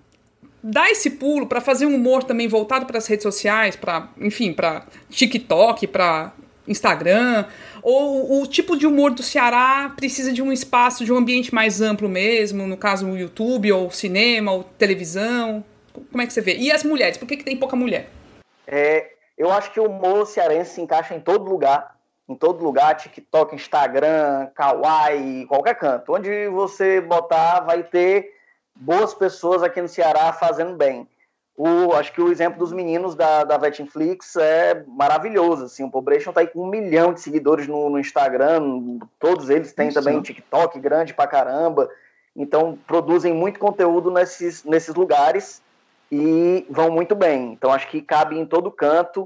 dar esse pulo, para fazer um humor também voltado para as redes sociais, para TikTok, para Instagram, ou o tipo de humor do Ceará precisa de um espaço, de um ambiente mais amplo mesmo, no caso o YouTube, ou cinema, ou televisão? Como é que você vê? E as mulheres, por que tem pouca mulher? Eu acho que o humor cearense se encaixa em todo lugar, TikTok, Instagram, Kawaii, qualquer canto. Onde você botar, vai ter boas pessoas aqui no Ceará fazendo bem. Acho que o exemplo dos meninos da VetinFlix é maravilhoso. Assim, o Pobration tá aí com 1 milhão de seguidores no Instagram, todos eles têm também TikTok grande pra caramba, então produzem muito conteúdo nesses lugares e vão muito bem. Então acho que cabe em todo canto,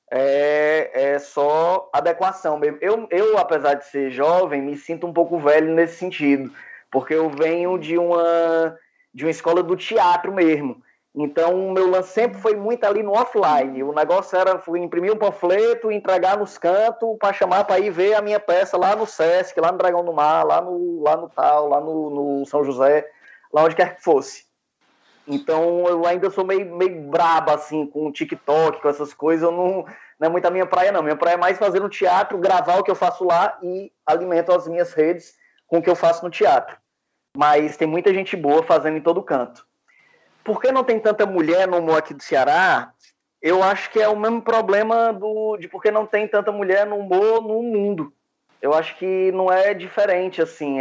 é só adequação mesmo. Eu, apesar de ser jovem, me sinto um pouco velho nesse sentido, porque eu venho de uma escola do teatro mesmo. Então, o meu lance sempre foi muito ali no offline. O negócio era imprimir um panfleto, entregar nos cantos, para chamar para ir ver a minha peça lá no Sesc, lá no Dragão do Mar, lá no tal, lá no São José, lá onde quer que fosse. Então, eu ainda sou meio braba, assim, com o TikTok, com essas coisas. Não é muito a minha praia, não. Minha praia é mais fazer no teatro, gravar o que eu faço lá e alimento as minhas redes com o que eu faço no teatro. Mas tem muita gente boa fazendo em todo canto. Por que não tem tanta mulher no humor aqui do Ceará? Eu acho que é o mesmo problema de por que não tem tanta mulher no humor no mundo. Eu acho que não é diferente, assim.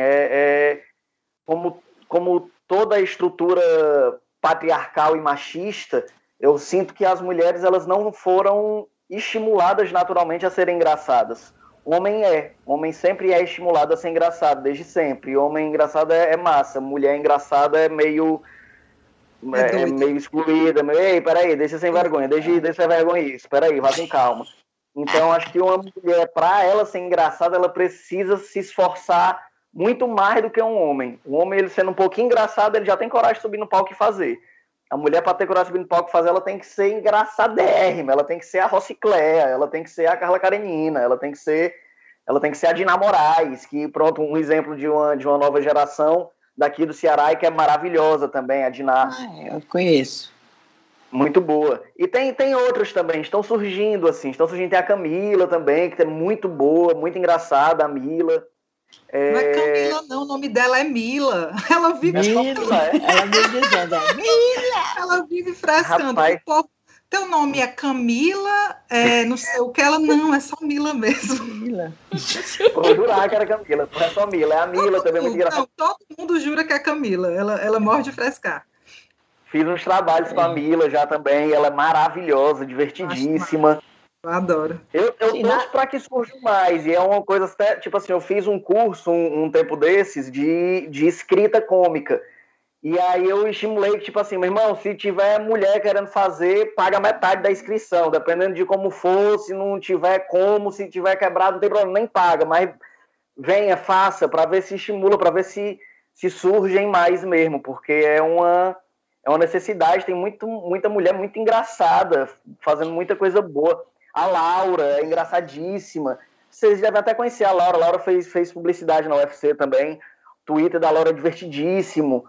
Como toda a estrutura patriarcal e machista, eu sinto que as mulheres elas não foram estimuladas naturalmente a serem engraçadas. O homem sempre é estimulado a ser engraçado, desde sempre. Homem engraçado é massa, mulher engraçada é meio excluída. Ei, peraí, deixa sem vergonha, deixa sem vergonha isso, peraí, vá com calma. Então, acho que uma mulher, para ela ser engraçada, ela precisa se esforçar muito mais do que um homem. O homem, ele sendo um pouquinho engraçado, ele já tem coragem de subir no palco e fazer. A mulher, para ter coragem de subir no palco e fazer, ela tem que ser engraçadérrima, ela tem que ser a Rocicléia, ela tem que ser a Carla Karenina, ela tem que ser a Dina Moraes, que, pronto, um exemplo de uma nova geração daqui do Ceará e que é maravilhosa também, a Dina. Eu conheço. Muito boa. E tem outras também, estão surgindo, tem a Camila também, que é muito boa, muito engraçada, a Mila. Não é Camila, não, o nome dela é Mila. Ela vive Ela vive dizendo, Mila! Ela vive frescando. Teu nome é Camila, não sei o que, ela não, é só Mila mesmo. Mila. Vou jurar que era Camila, não é só Mila, é a Mila também, muito engraçada. Não, todo mundo jura que é Camila, ela morre de frescar. Fiz uns trabalhos com a Mila já também, ela é maravilhosa, divertidíssima. Eu adoro. Eu torço para que surja mais, e é uma coisa, tipo assim, eu fiz um curso um tempo desses de escrita cômica, E aí eu estimulei que, tipo assim, meu irmão, se tiver mulher querendo fazer, paga metade da inscrição, dependendo de como for, se não tiver como, se tiver quebrado, não tem problema, nem paga, mas venha, faça, para ver se estimula, para ver se surgem mais mesmo, porque é uma necessidade, tem muita mulher muito engraçada, fazendo muita coisa boa. A Laura é engraçadíssima, vocês devem até conhecer a Laura fez publicidade na UFC também, o Twitter da Laura é divertidíssimo.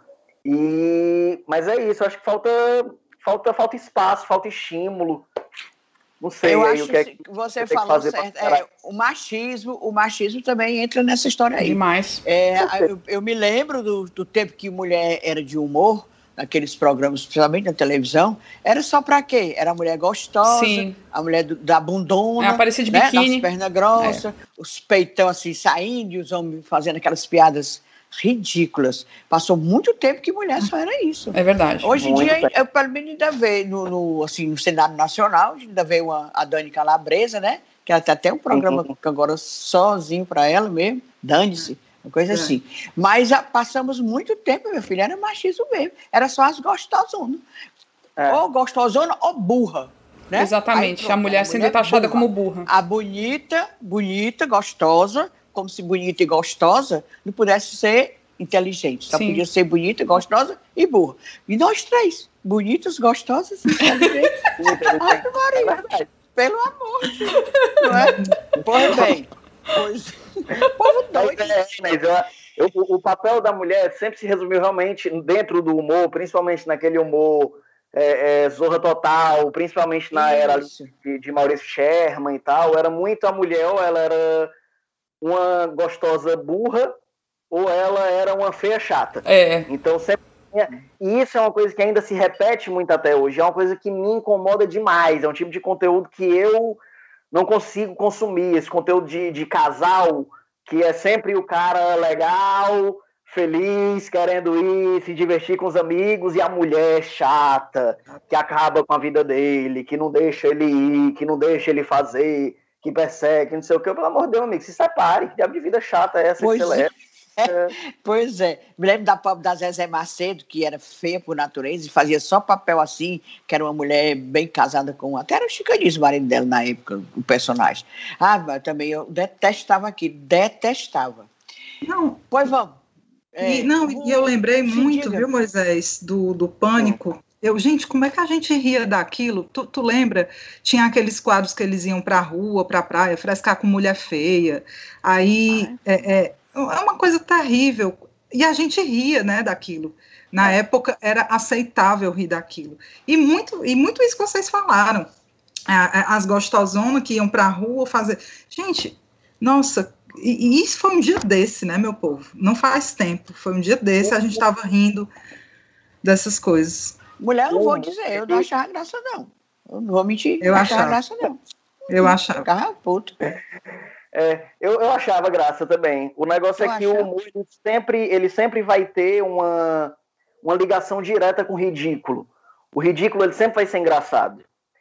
Mas é isso, eu acho que falta espaço, falta estímulo. Não sei. Eu aí, acho o que é que você falou certo. O machismo também entra nessa história aí. Demais. Eu me lembro do tempo que mulher era de humor, naqueles programas, principalmente na televisão, era só pra quê? Era a mulher gostosa, Sim. A mulher da bundona, aparecia de biquíni, das pernas grossas, os peitão assim saindo e os homens fazendo aquelas piadas ridículas. Passou muito tempo que mulher só era isso. É verdade. Hoje em dia, eu pelo menos ainda vejo no Senado Nacional, ainda veio a Dani Calabresa, né? Que ela tem até um programa agora sozinho para ela mesmo, dane-se, uma coisa assim. Mas passamos muito tempo, meu filho, era machismo mesmo. Era só as gostosonas. Ou gostosona ou burra. Né? Exatamente, a mulher sendo taxada como burra. A bonita, gostosa, como se bonita e gostosa não pudesse ser inteligente. Só podia ser bonita, gostosa e burra. E nós três, bonitos, gostosos e inteligentes. Ai, Maria, pelo amor de Deus. Não é? Pois bem. Povo doido. O papel da mulher sempre se resumiu realmente dentro do humor, principalmente naquele humor Zorra Total, principalmente na era de Maurício Sherman e tal. Era muito a mulher, ou ela era uma gostosa burra, ou ela era uma feia chata. Então sempre. E isso é uma coisa que ainda se repete muito até hoje. É uma coisa que me incomoda demais. É um tipo de conteúdo que eu não consigo consumir. Esse conteúdo de casal, que é sempre o cara legal, feliz, querendo ir, se divertir com os amigos, e a mulher chata, que acaba com a vida dele, que não deixa ele ir, que não deixa ele fazer, que persegue, não sei o que. Pelo amor de Deus, amigo, se separe. Que diabo de vida chata é essa que você leva? Pois é. Me lembro da Zezé Macedo, que era feia por natureza e fazia só papel assim, que era uma mulher bem casada com... Até era o Chicanismo, o marido dela na época, o personagem. Mas também eu detestava aquilo, detestava. Não. Pois vamos. E eu lembrei muito, viu, Moisés, do Pânico. Gente, como é que a gente ria daquilo? Tu lembra? Tinha aqueles quadros que eles iam pra rua, pra praia, frescar com mulher feia. Aí é uma coisa terrível. E a gente ria, né, daquilo. Na época era aceitável rir daquilo. E muito isso que vocês falaram. As gostosonas que iam pra rua fazer... Gente, nossa... E isso foi um dia desse, né, meu povo? Não faz tempo. Foi um dia desse, a gente estava rindo dessas coisas. Mulher, eu não vou dizer, eu não achava graça, não. Eu não vou mentir, eu não achava graça, não. Eu achava. Ficava puto. Eu achava graça também. O negócio que o humor ele sempre vai ter uma ligação direta com o ridículo. O ridículo ele sempre vai ser engraçado.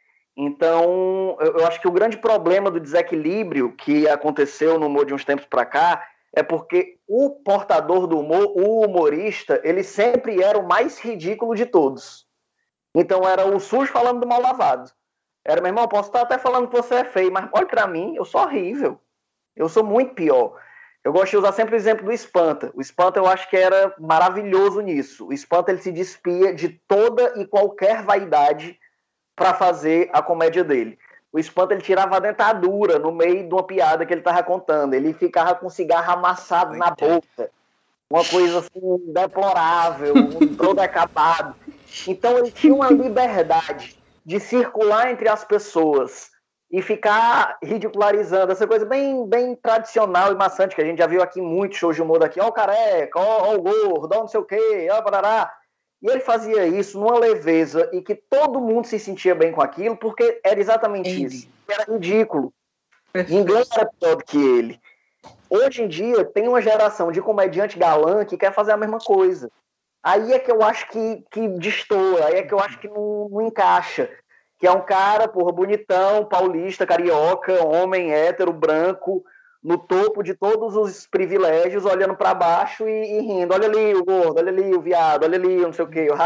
Então, eu acho que o grande problema do desequilíbrio que aconteceu no humor de uns tempos para cá é porque o portador do humor, o humorista, ele sempre era o mais ridículo de todos. Então, era o sujo falando do mal lavado. Era, meu irmão, posso estar até falando que você é feio, mas olha para mim, eu sou horrível. Eu sou muito pior. Eu gosto de usar sempre o exemplo do Espanta. O Espanta eu acho que era maravilhoso nisso. O Espanta ele se despia de toda e qualquer vaidade para fazer a comédia dele. O Espanta ele tirava a dentadura no meio de uma piada que ele estava contando. Ele ficava com cigarro amassado na boca. Uma coisa assim deplorável, todo acabado. Então ele tinha uma liberdade de circular entre as pessoas e ficar ridicularizando, essa coisa bem, bem tradicional e maçante, que a gente já viu aqui em muitos shows de humor daqui, ó o careca, ó o gordo, ó não sei o quê, ó parará. E ele fazia isso numa leveza e que todo mundo se sentia bem com aquilo, porque era exatamente isso. Era ridículo. Ninguém era pior do que ele. Hoje em dia, tem uma geração de comediante galã que quer fazer a mesma coisa. Aí é que eu acho que destoa, aí é que eu acho que não encaixa. Que é um cara, porra, bonitão, paulista, carioca, homem, hétero, branco, no topo de todos os privilégios, olhando para baixo e rindo. Olha ali o gordo, olha ali o viado, olha ali o não sei o quê.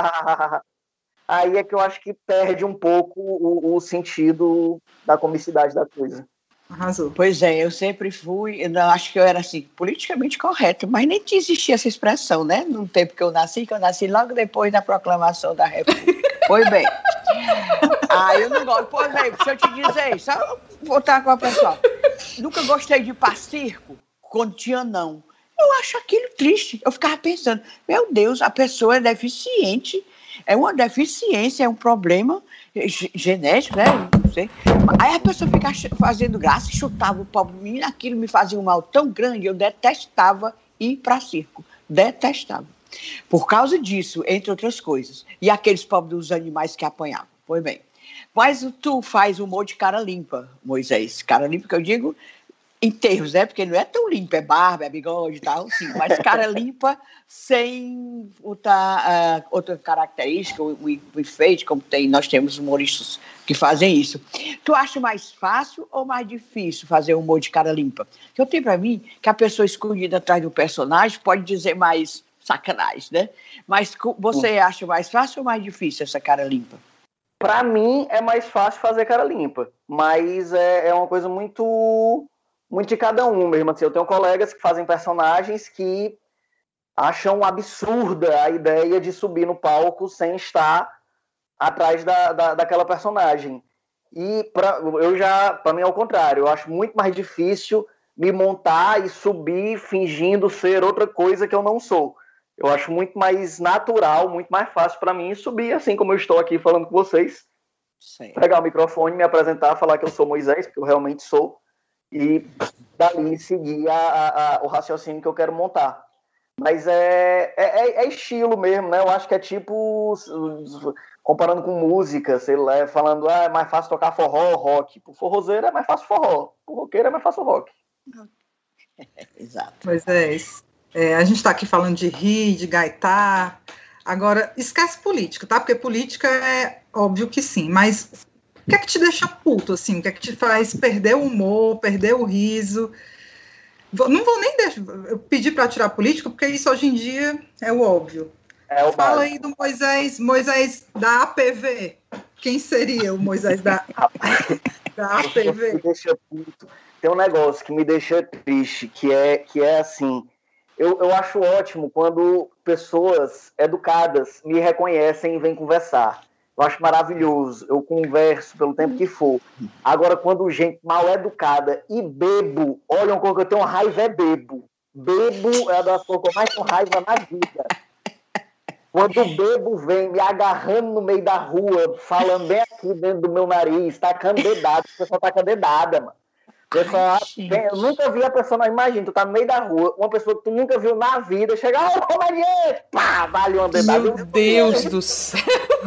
Aí é que eu acho que perde um pouco o sentido da comicidade da coisa. Arrasou. Pois é, eu sempre fui, eu acho que eu era assim, politicamente correto, mas nem existia essa expressão, né? No tempo que eu nasci logo depois da proclamação da República. Pois bem. Eu não gosto. Pois bem, deixa eu te dizer, só voltar com a pessoa. Nunca gostei de ir para circo quando tinha não. Eu acho aquilo triste. Eu ficava pensando, meu Deus, a pessoa é deficiente. É uma deficiência, é um problema genético, né? Não sei. Aí a pessoa fica fazendo graça, chutava o pobre menino, aquilo me fazia um mal tão grande, eu detestava ir para circo. Detestava. Por causa disso, entre outras coisas. E aqueles pobres dos animais que apanhavam. Pois bem. Mas tu faz humor de cara limpa, Moisés. Cara limpa que eu digo em termos, né? Porque não é tão limpo, é barba, é bigode e tal, sim. Mas cara limpa sem outra característica, o efeito, como nós temos humoristas que fazem isso. Tu acha mais fácil ou mais difícil fazer humor de cara limpa? Porque eu tenho para mim que a pessoa escondida atrás do personagem pode dizer mais sacanagem, né? Mas você acha mais fácil ou mais difícil essa cara limpa? Para mim é mais fácil fazer cara limpa, mas é uma coisa muito de cada um mesmo. Assim, eu tenho colegas que fazem personagens que acham absurda a ideia de subir no palco sem estar atrás daquela personagem. E para mim é o contrário, eu acho muito mais difícil me montar e subir fingindo ser outra coisa que eu não sou. Eu acho muito mais natural, muito mais fácil para mim subir assim como eu estou aqui falando com vocês. Sim. Pegar o microfone, me apresentar, falar que eu sou Moisés, porque eu realmente sou, e dali seguir o raciocínio que eu quero montar. Mas é estilo mesmo, né? Eu acho que é tipo, comparando com música, sei lá, falando, é mais fácil tocar forró ou rock. Pro forrozeiro é mais fácil forró, pro roqueiro é mais fácil rock. Exato. Pois é isso. A gente está aqui falando de rir, de gaitar. Agora, esquece política, tá? Porque política é óbvio que sim, mas o que é que te deixa puto, assim? O que é que te faz perder o humor, perder o riso? Não vou nem pedir para tirar política, porque isso hoje em dia é o óbvio. Fala aí do Moisés da APV. Quem seria o Moisés da APV? Me deixa puto. Tem um negócio que me deixa triste, que é assim... Eu acho ótimo quando pessoas educadas me reconhecem e vêm conversar. Eu acho maravilhoso. Eu converso pelo tempo que for. Agora, quando gente mal educada e bebo, olha uma coisa que eu tenho raiva, é bebo. Bebo é uma das coisas que eu mais tenho raiva na vida. Quando o bebo vem me agarrando no meio da rua, falando bem aqui dentro do meu nariz, tacando dedada, a pessoa taca dedada, mano. Eu nunca vi a pessoa, imagina, tu tá no meio da rua, uma pessoa que tu nunca viu na vida, chega, ô, comediante, pá, vale uma dedada. Meu Deus do céu.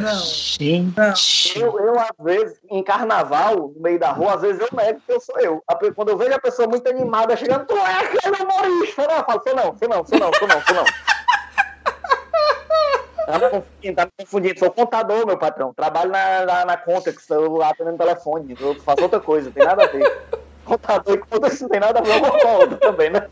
Não. Eu, às vezes, em carnaval, no meio da rua, às vezes eu nego que eu sou eu. Quando eu vejo a pessoa muito animada, chegando, tu é aquele humorista, né? Eu falo, sou não. Tá me confundindo, sou contador, meu patrão. Trabalho na Contex, eu atendendo telefone, eu faço outra coisa, não tem nada a ver. Contador e Contex não tem nada a ver com a outra também, né?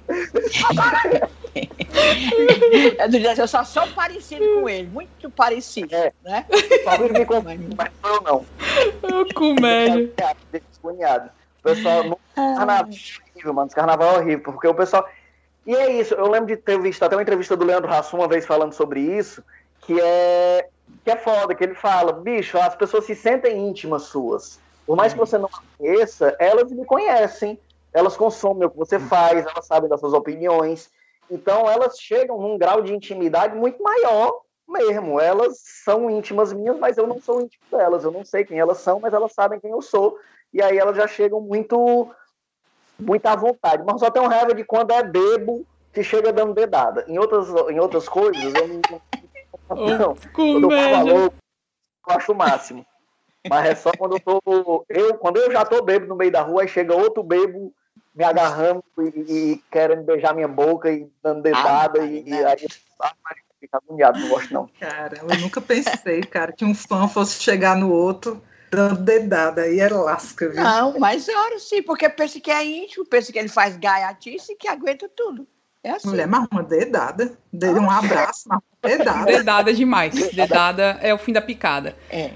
Eu só sou parecido com ele, muito parecido, né? Só me confunde, mas eu não. Comédia. Descunhado. O pessoal no carnaval é horrível, mano. Esse carnaval é horrível, porque o pessoal... E é isso, eu lembro de ter visto até uma entrevista do Leandro Hassum uma vez falando sobre isso, que é foda, que ele fala, bicho, as pessoas se sentem íntimas suas. Por mais que você não conheça, elas me conhecem, elas consomem o que você faz, elas sabem das suas opiniões. Então, elas chegam num grau de intimidade muito maior mesmo. Elas são íntimas minhas, mas eu não sou íntimo delas. Eu não sei quem elas são, mas elas sabem quem eu sou. E aí elas já chegam muito à vontade. Mas só tenho raiva de quando é bebo que chega dando dedada. Em outras coisas, eu não. Quando eu falo louco, eu acho o máximo. Mas é só quando quando eu já tô bebo no meio da rua, aí chega outro bebo me agarrando e querendo beijar minha boca e dando dedada, e aí fica agoniado, não gosto não. Cara, eu nunca pensei, cara, que um fã fosse chegar no outro dando dedada, aí é lasca, viu? Não, mas ora sim, porque pensa que é íntimo, pensa que ele faz gaiatice e que aguenta tudo. É assim. Mulher, mas uma dedada, um abraço, mas uma dedada. Dedada demais. Dedada é o fim da picada.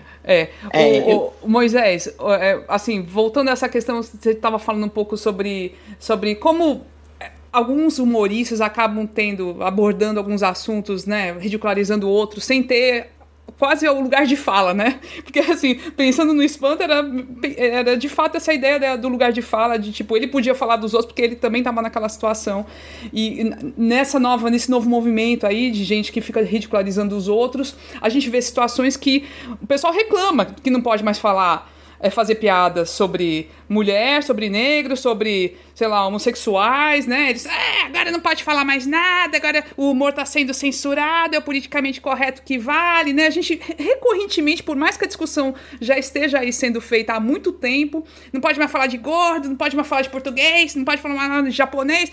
Moisés, assim, voltando a essa questão, você estava falando um pouco sobre como alguns humoristas acabam abordando alguns assuntos, né, ridicularizando outros, sem ter quase o lugar de fala, né? Porque, assim, pensando no espanto, era de fato essa ideia do lugar de fala, de tipo, ele podia falar dos outros porque ele também estava naquela situação. E nesse novo movimento aí de gente que fica ridicularizando os outros, a gente vê situações que o pessoal reclama que não pode mais falar, fazer piadas sobre mulher, sobre negro, sobre, sei lá, homossexuais, né? Eles, agora não pode falar mais nada, agora o humor tá sendo censurado, é o politicamente correto que vale, né? A gente, recorrentemente, por mais que a discussão já esteja aí sendo feita há muito tempo, não pode mais falar de gordo, não pode mais falar de português, não pode falar mais de japonês,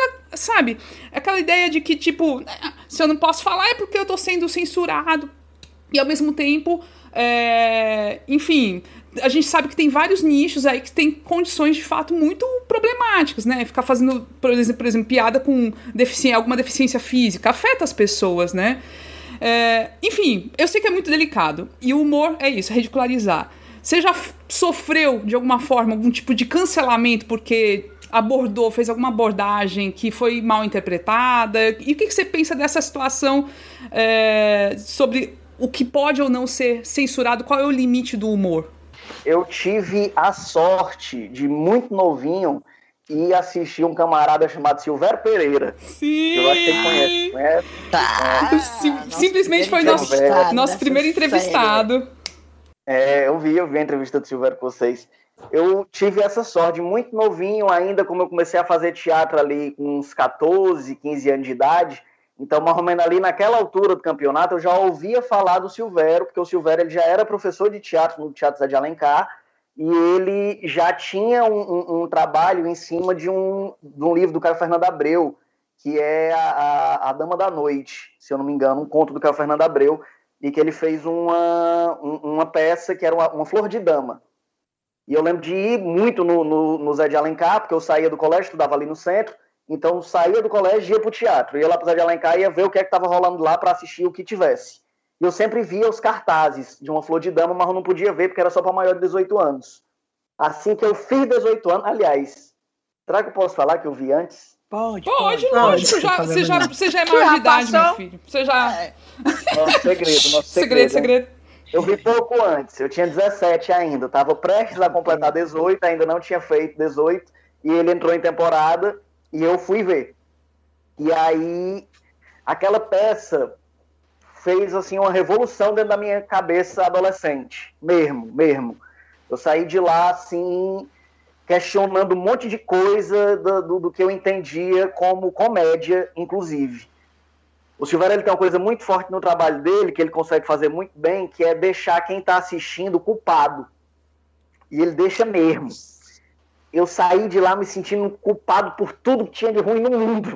aquela ideia de que, tipo, se eu não posso falar é porque eu tô sendo censurado. E, ao mesmo tempo, enfim, a gente sabe que tem vários nichos aí que tem condições de fato muito problemáticas, né? Ficar fazendo, por exemplo, piada com alguma deficiência física afeta as pessoas, né? Enfim, eu sei que é muito delicado. E o humor é isso, é ridicularizar. Você já sofreu, de alguma forma, algum tipo de cancelamento porque fez alguma abordagem que foi mal interpretada? E o que você pensa dessa situação sobre o que pode ou não ser censurado? Qual é o limite do humor? Eu tive a sorte de, muito novinho, ir assistir um camarada chamado Silvério Pereira. Sim! Eu acho que ele conhece. Simplesmente foi nosso primeiro entrevistado. Eu vi a entrevista do Silvério com vocês. Eu tive essa sorte, muito novinho ainda, como eu comecei a fazer teatro ali com uns 14, 15 anos de idade. Então, mais ou menos ali naquela altura do campeonato, eu já ouvia falar do Silvério, porque o Silvério ele já era professor de teatro no Teatro Zé de Alencar, e ele já tinha um trabalho em cima de um livro do Caio Fernando Abreu, que é a Dama da Noite, se eu não me engano, um conto do Caio Fernando Abreu, e que ele fez uma peça que era uma flor de dama. E eu lembro de ir muito no Zé de Alencar, porque eu saía do colégio, estudava ali no centro, então saía do colégio e ia pro teatro. Ia lá pro Zé de Alencar e ia ver o que estava rolando lá para assistir o que tivesse. E eu sempre via os cartazes de uma flor de dama, mas eu não podia ver porque era só para maior de 18 anos. Assim que eu fiz 18 anos, aliás, será que eu posso falar que eu vi antes? Pode, lógico. Você já é maior de idade, meu filho. Você já... Nosso segredo. Eu vi pouco antes, eu tinha 17 ainda, eu estava prestes a completar 18, ainda não tinha feito 18, e ele entrou em temporada e eu fui ver. E aí, aquela peça fez assim uma revolução dentro da minha cabeça adolescente, mesmo. Eu saí de lá assim, questionando um monte de coisa do que eu entendia como comédia, inclusive. O Silvério ele tem uma coisa muito forte no trabalho dele, que ele consegue fazer muito bem, que é deixar quem está assistindo culpado. E ele deixa mesmo. Eu saí de lá me sentindo culpado por tudo que tinha de ruim no mundo.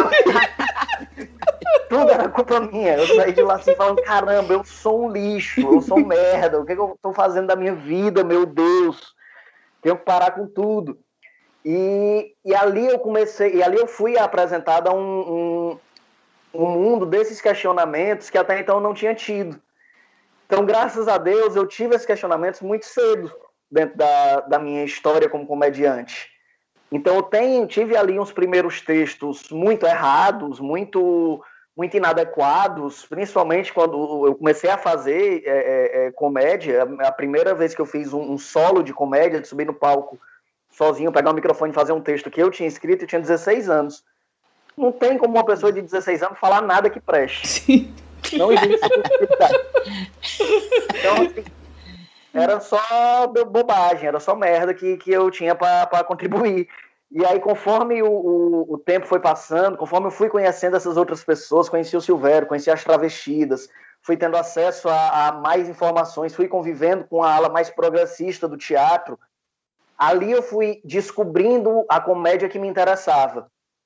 Tudo era culpa minha. Eu saí de lá assim falando, caramba, eu sou um lixo, eu sou um merda, o que eu estou fazendo da minha vida, meu Deus? Tenho que parar com tudo. E ali eu fui apresentado a um mundo desses questionamentos que até então eu não tinha tido. Então, graças a Deus, eu tive esses questionamentos muito cedo dentro da minha história como comediante. Então, eu tive ali uns primeiros textos muito errados, muito inadequados, principalmente quando eu comecei a fazer comédia. A primeira vez que eu fiz um solo de comédia, de subir no palco sozinho, pegar o microfone e fazer um texto que eu tinha escrito, eu tinha 16 anos. Não tem como uma pessoa de 16 anos falar nada que preste. Sim. Não existe essa possibilidade. Então, assim, era só bobagem, era só merda que eu tinha para contribuir. E aí, conforme o tempo foi passando, conforme eu fui conhecendo essas outras pessoas, conheci o Silvério, conheci as travestidas, fui tendo acesso a mais informações, fui convivendo com a ala mais progressista do teatro, ali eu fui descobrindo a comédia que me interessava.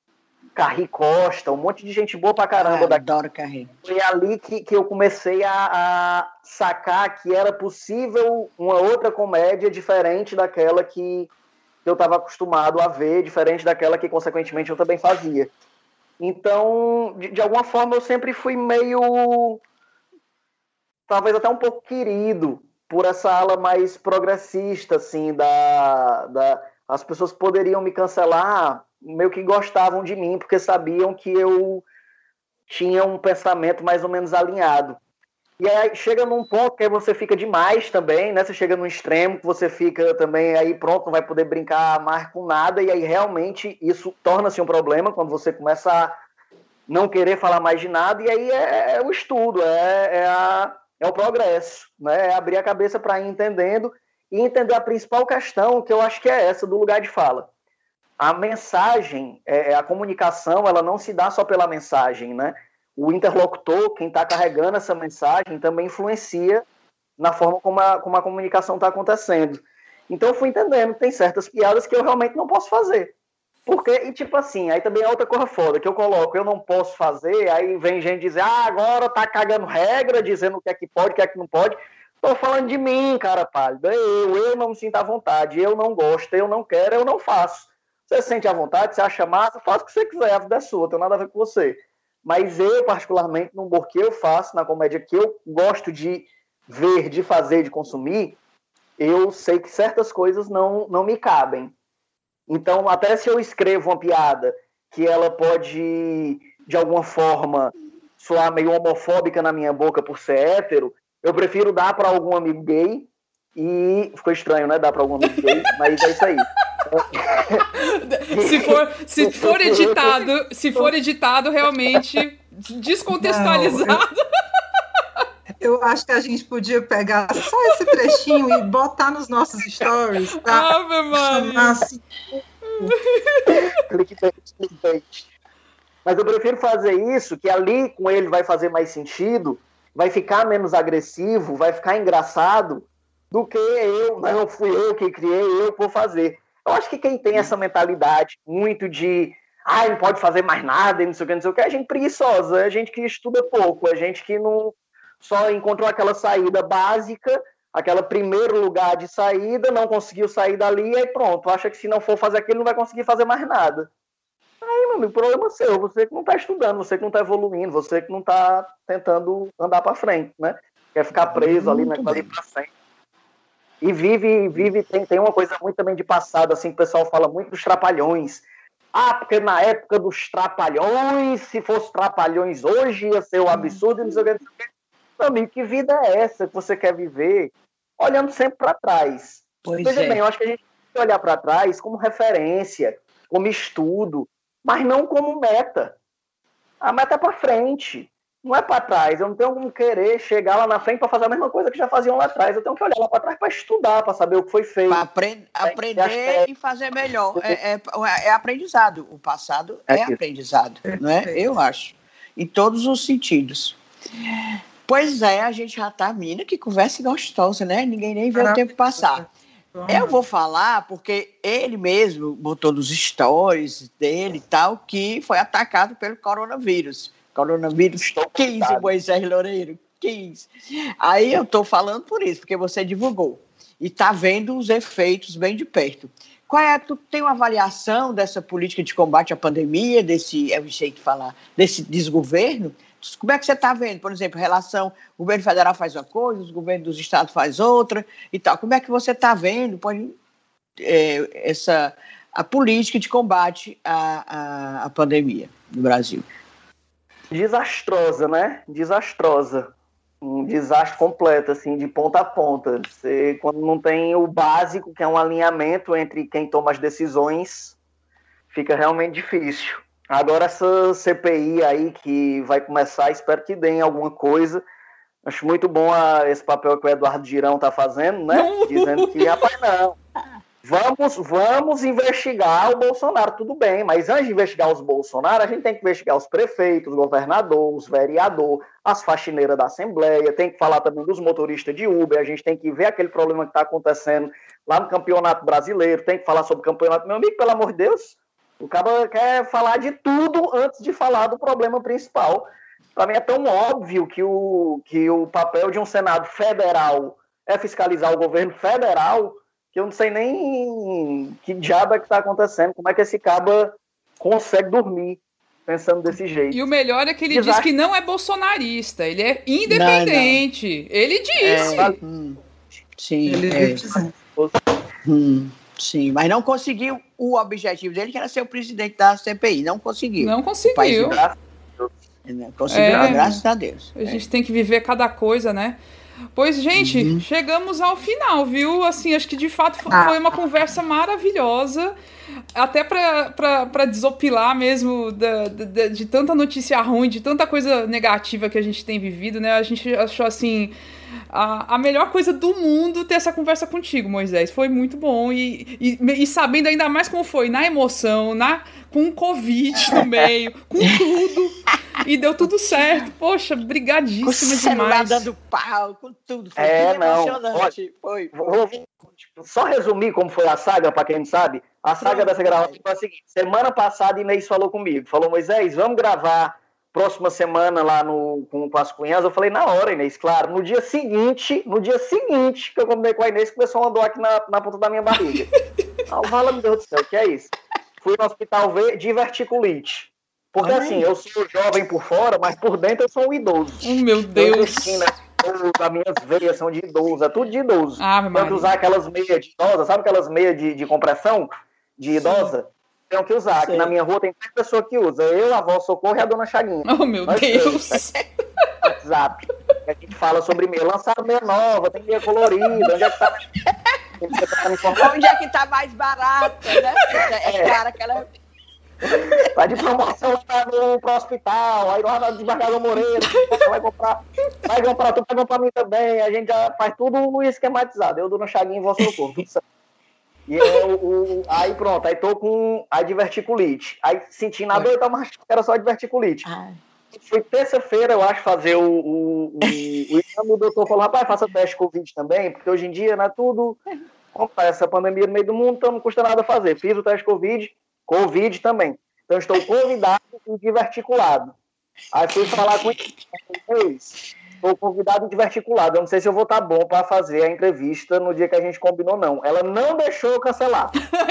Carri Costa, um monte de gente boa pra caramba. Adoro Carri. Foi ali que eu comecei a sacar que era possível uma outra comédia diferente daquela que eu estava acostumado a ver, diferente daquela que, consequentemente, eu também fazia. Então, de alguma forma, eu sempre fui meio... talvez até um pouco querido por essa ala mais progressista, assim, as pessoas poderiam me cancelar, meio que gostavam de mim, porque sabiam que eu tinha um pensamento mais ou menos alinhado. E aí chega num ponto que aí você fica demais também, né? Você chega num extremo que você fica também aí pronto, não vai poder brincar mais com nada, e aí realmente isso torna-se um problema quando você começa a não querer falar mais de nada, e aí é o estudo, é o progresso, né? É abrir a cabeça para ir entendendo e entender a principal questão, que eu acho que é essa do lugar de fala. A mensagem, a comunicação, ela não se dá só pela mensagem, né? O interlocutor, quem está carregando essa mensagem, também influencia na forma como a comunicação está acontecendo. Então eu fui entendendo que tem certas piadas que eu realmente não posso fazer. Porque, e tipo assim, aí também é outra coisa foda, que eu coloco, eu não posso fazer, aí vem gente dizer, agora tá cagando regra, dizendo o que é que pode, o que é que não pode. Tô falando de mim, cara pálido. Eu não me sinto à vontade, eu não gosto, eu não quero, eu não faço. Você se sente à vontade, você acha massa, faz o que você quiser, a vida é sua, tem nada a ver com você. Mas eu, particularmente, no humor que eu faço, na comédia que eu gosto de ver, de fazer, de consumir, eu sei que certas coisas não me cabem. Então, até se eu escrevo uma piada que ela pode, de alguma forma, soar meio homofóbica na minha boca por ser hétero, eu prefiro dar para algum amigo gay e... Ficou estranho, né? Dar para algum amigo gay, mas é isso aí. Se for editado, realmente descontextualizado. Eu acho que a gente podia pegar só esse trechinho e botar nos nossos stories, tá? Ave Maria. Assim. Clickbait. Mas eu prefiro fazer isso, que ali com ele vai fazer mais sentido, vai ficar menos agressivo, vai ficar engraçado, do que não fui eu que criei, eu vou fazer. Eu acho que quem tem essa mentalidade muito de não pode fazer mais nada, e não sei o que, é gente preguiçosa, é gente que estuda pouco, é gente que não só encontrou aquela saída básica, aquele primeiro lugar de saída, não conseguiu sair dali, e aí pronto, acha que se não for fazer aquilo, não vai conseguir fazer mais nada. Aí, meu amigo, problema seu, você que não está estudando, você que não está evoluindo, você que não está tentando andar para frente, né? Quer ficar preso ali, né? Ali para frente. E vive, tem uma coisa muito também de passado, assim, que o pessoal fala muito dos trapalhões. Porque na época dos trapalhões, se fosse trapalhões hoje, ia ser um absurdo, não sei o que. Meu amigo, que vida é essa que você quer viver olhando sempre para trás? Veja bem, eu acho que a gente tem que olhar para trás como referência, como estudo, mas não como meta. A meta é para frente, não é para trás. Eu não tenho como querer chegar lá na frente para fazer a mesma coisa que já faziam lá atrás. Eu tenho que olhar lá para trás para estudar, para saber o que foi feito. Para aprender e fazer melhor. É aprendizado. O passado é aprendizado, não é? Eu acho. Em todos os sentidos. Pois é, a gente já tá, menina, que conversa gostosa, né? Ninguém nem vê o tempo passar. Eu vou falar porque ele mesmo botou nos stories dele e tal, que foi atacado pelo coronavírus. Coronavírus 15, Moisés Loureiro, 15. Aí eu tô falando por isso, porque você divulgou. E tá vendo os efeitos bem de perto. Tu tem uma avaliação dessa política de combate à pandemia, desse desgoverno? Como é que você está vendo, por exemplo, relação, o governo federal faz uma coisa, os governos dos estados faz outra e tal. Como é que você está vendo a política de combate à pandemia no Brasil? Desastrosa, né? Desastrosa. Um desastre completo, assim, de ponta a ponta. Você, quando não tem o básico, que é um alinhamento entre quem toma as decisões, fica realmente difícil. Agora essa CPI aí que vai começar, espero que deem alguma coisa. Acho muito bom esse papel que o Eduardo Girão está fazendo, né? Dizendo que, rapaz, não. Vamos investigar o Bolsonaro, tudo bem, mas antes de investigar os Bolsonaro, a gente tem que investigar os prefeitos, os governadores, os vereadores, as faxineiras da Assembleia, tem que falar também dos motoristas de Uber, a gente tem que ver aquele problema que está acontecendo lá no Campeonato Brasileiro, tem que falar sobre o campeonato. Meu amigo, pelo amor de Deus, O cara quer falar de tudo antes de falar do problema principal. Para mim é tão óbvio que o papel de um Senado federal é fiscalizar o governo federal, que eu não sei nem que diabo é que está acontecendo, como é que esse caba consegue dormir pensando desse jeito. E o melhor é que ele diz que não é bolsonarista, ele é independente. Não. Ele disse. Sim, sim, mas não conseguiu o objetivo dele, que era ser o presidente da CPI. Não conseguiu. Não conseguiu. Não conseguiu, graças a Deus. A gente tem que viver cada coisa, né? Pois, gente, chegamos ao final, viu? Assim, acho que de fato foi uma conversa maravilhosa, até para desopilar mesmo de tanta notícia ruim, de tanta coisa negativa que a gente tem vivido, né? A gente achou, assim, a melhor coisa do mundo ter essa conversa contigo, Moisés. Foi muito bom. E sabendo ainda mais como foi, na emoção, com o Covid no meio, com tudo. E deu tudo certo. Poxa, brigadíssima demais. Com o celular dando pau, com tudo. Foi tudo emocionante. Vou só resumir como foi a saga, para quem não sabe. A saga dessa gravação foi a seguinte. Semana passada, Inês falou comigo. Falou, Moisés, vamos gravar próxima semana lá com as cunhas. Eu falei, na hora, Inês, claro. No dia seguinte que eu combinei com a Inês, começou a andar aqui na ponta da minha barriga. Fala, meu Deus do céu, o que é isso? Fui no hospital ver diverticulite. Porque assim, eu sou jovem por fora, mas por dentro eu sou um idoso. Meu Deus! As minhas veias são de idoso, é tudo de idoso. Tenho que usar aquelas meias de idosa, sabe aquelas meias de compressão de idosa? Tenho que usar. Aqui na minha rua tem 3 pessoas que usam. Eu, a avó Socorro e a dona Chaguinha. Oh, meu Deus! WhatsApp. A gente fala sobre meia. Lançaram meia nova, tem meia colorida. Onde é que tá? Onde é que tá mais barata, né? É cara que ela... Vai de promoção lá pro hospital, aí lá na Desembargador Moreira, vai comprar tudo, vai comprar mim também, a gente já faz tudo esquematizado, eu dou no Chaguinho e vou socorro, tudo certo. E aí pronto, aí tô com a diverticulite, aí senti na dor, mas era só diverticulite. Foi terça-feira, eu acho, fazer o exame, o doutor falou, rapaz, faça teste Covid também, porque hoje em dia, né, tudo, essa pandemia no meio do mundo, então não custa nada fazer. Fiz o teste Covid também. Então, estou convidado e diverticulado. Aí fui falar com ele. Estou convidado e diverticulado. Eu não sei se eu vou estar bom para fazer a entrevista no dia que a gente combinou, não. Ela não deixou eu cancelar.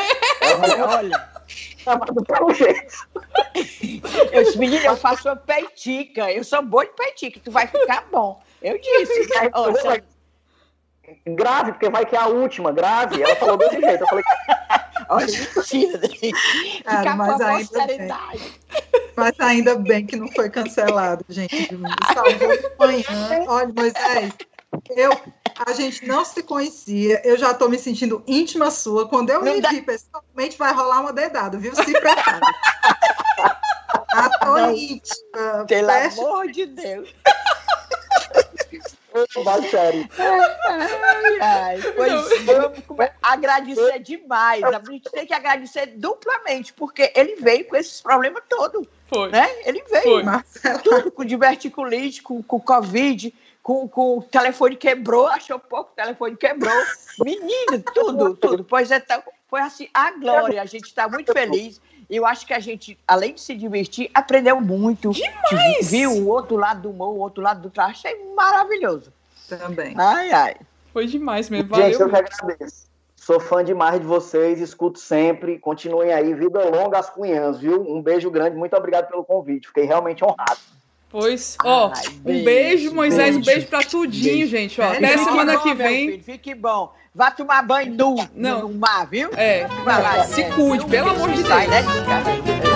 Olha. Pelo jeito. Eu disse, menina, eu faço uma peitica. Eu sou boa de peitica. Tu vai ficar bom. Eu disse. Grave, porque vai que é a última. Grave. Ela falou desse jeito. Eu falei... Olha, mentira. Cara, mas ainda bem que não foi cancelado, gente. Salvou de manhã. Olha, Moisés, a gente não se conhecia. Eu já estou me sentindo íntima sua. Quando eu me vi pessoalmente, vai rolar uma dedada, viu? Se prepara. Tô íntima. Pelo amor de Deus. Pois vamos agradecer demais. A gente tem que agradecer duplamente, porque ele veio com esses problemas todos. Né? Ele veio tudo, com diverticulite, com Covid, com o telefone quebrou, achou pouco, o telefone quebrou. Menino, tudo. Pois então, foi assim, a glória. A gente está muito feliz. Eu acho que a gente, além de se divertir, aprendeu muito. Demais! Viu o outro lado do humor, o outro lado do traje. Achei maravilhoso. Também. Ai. Foi demais mesmo. Valeu. Gente, eu que agradeço. Sou fã demais de vocês, escuto sempre. Continuem aí. Vida longa às cunhãs, viu? Um beijo grande. Muito obrigado pelo convite. Fiquei realmente honrado. Pois, um beijo, Moisés, um beijo pra tudinho, gente, ó. Até semana que vem. Filho, fique bom. Vá tomar banho no mar, viu? Vai lá, se cuide, pelo amor de Deus. Né?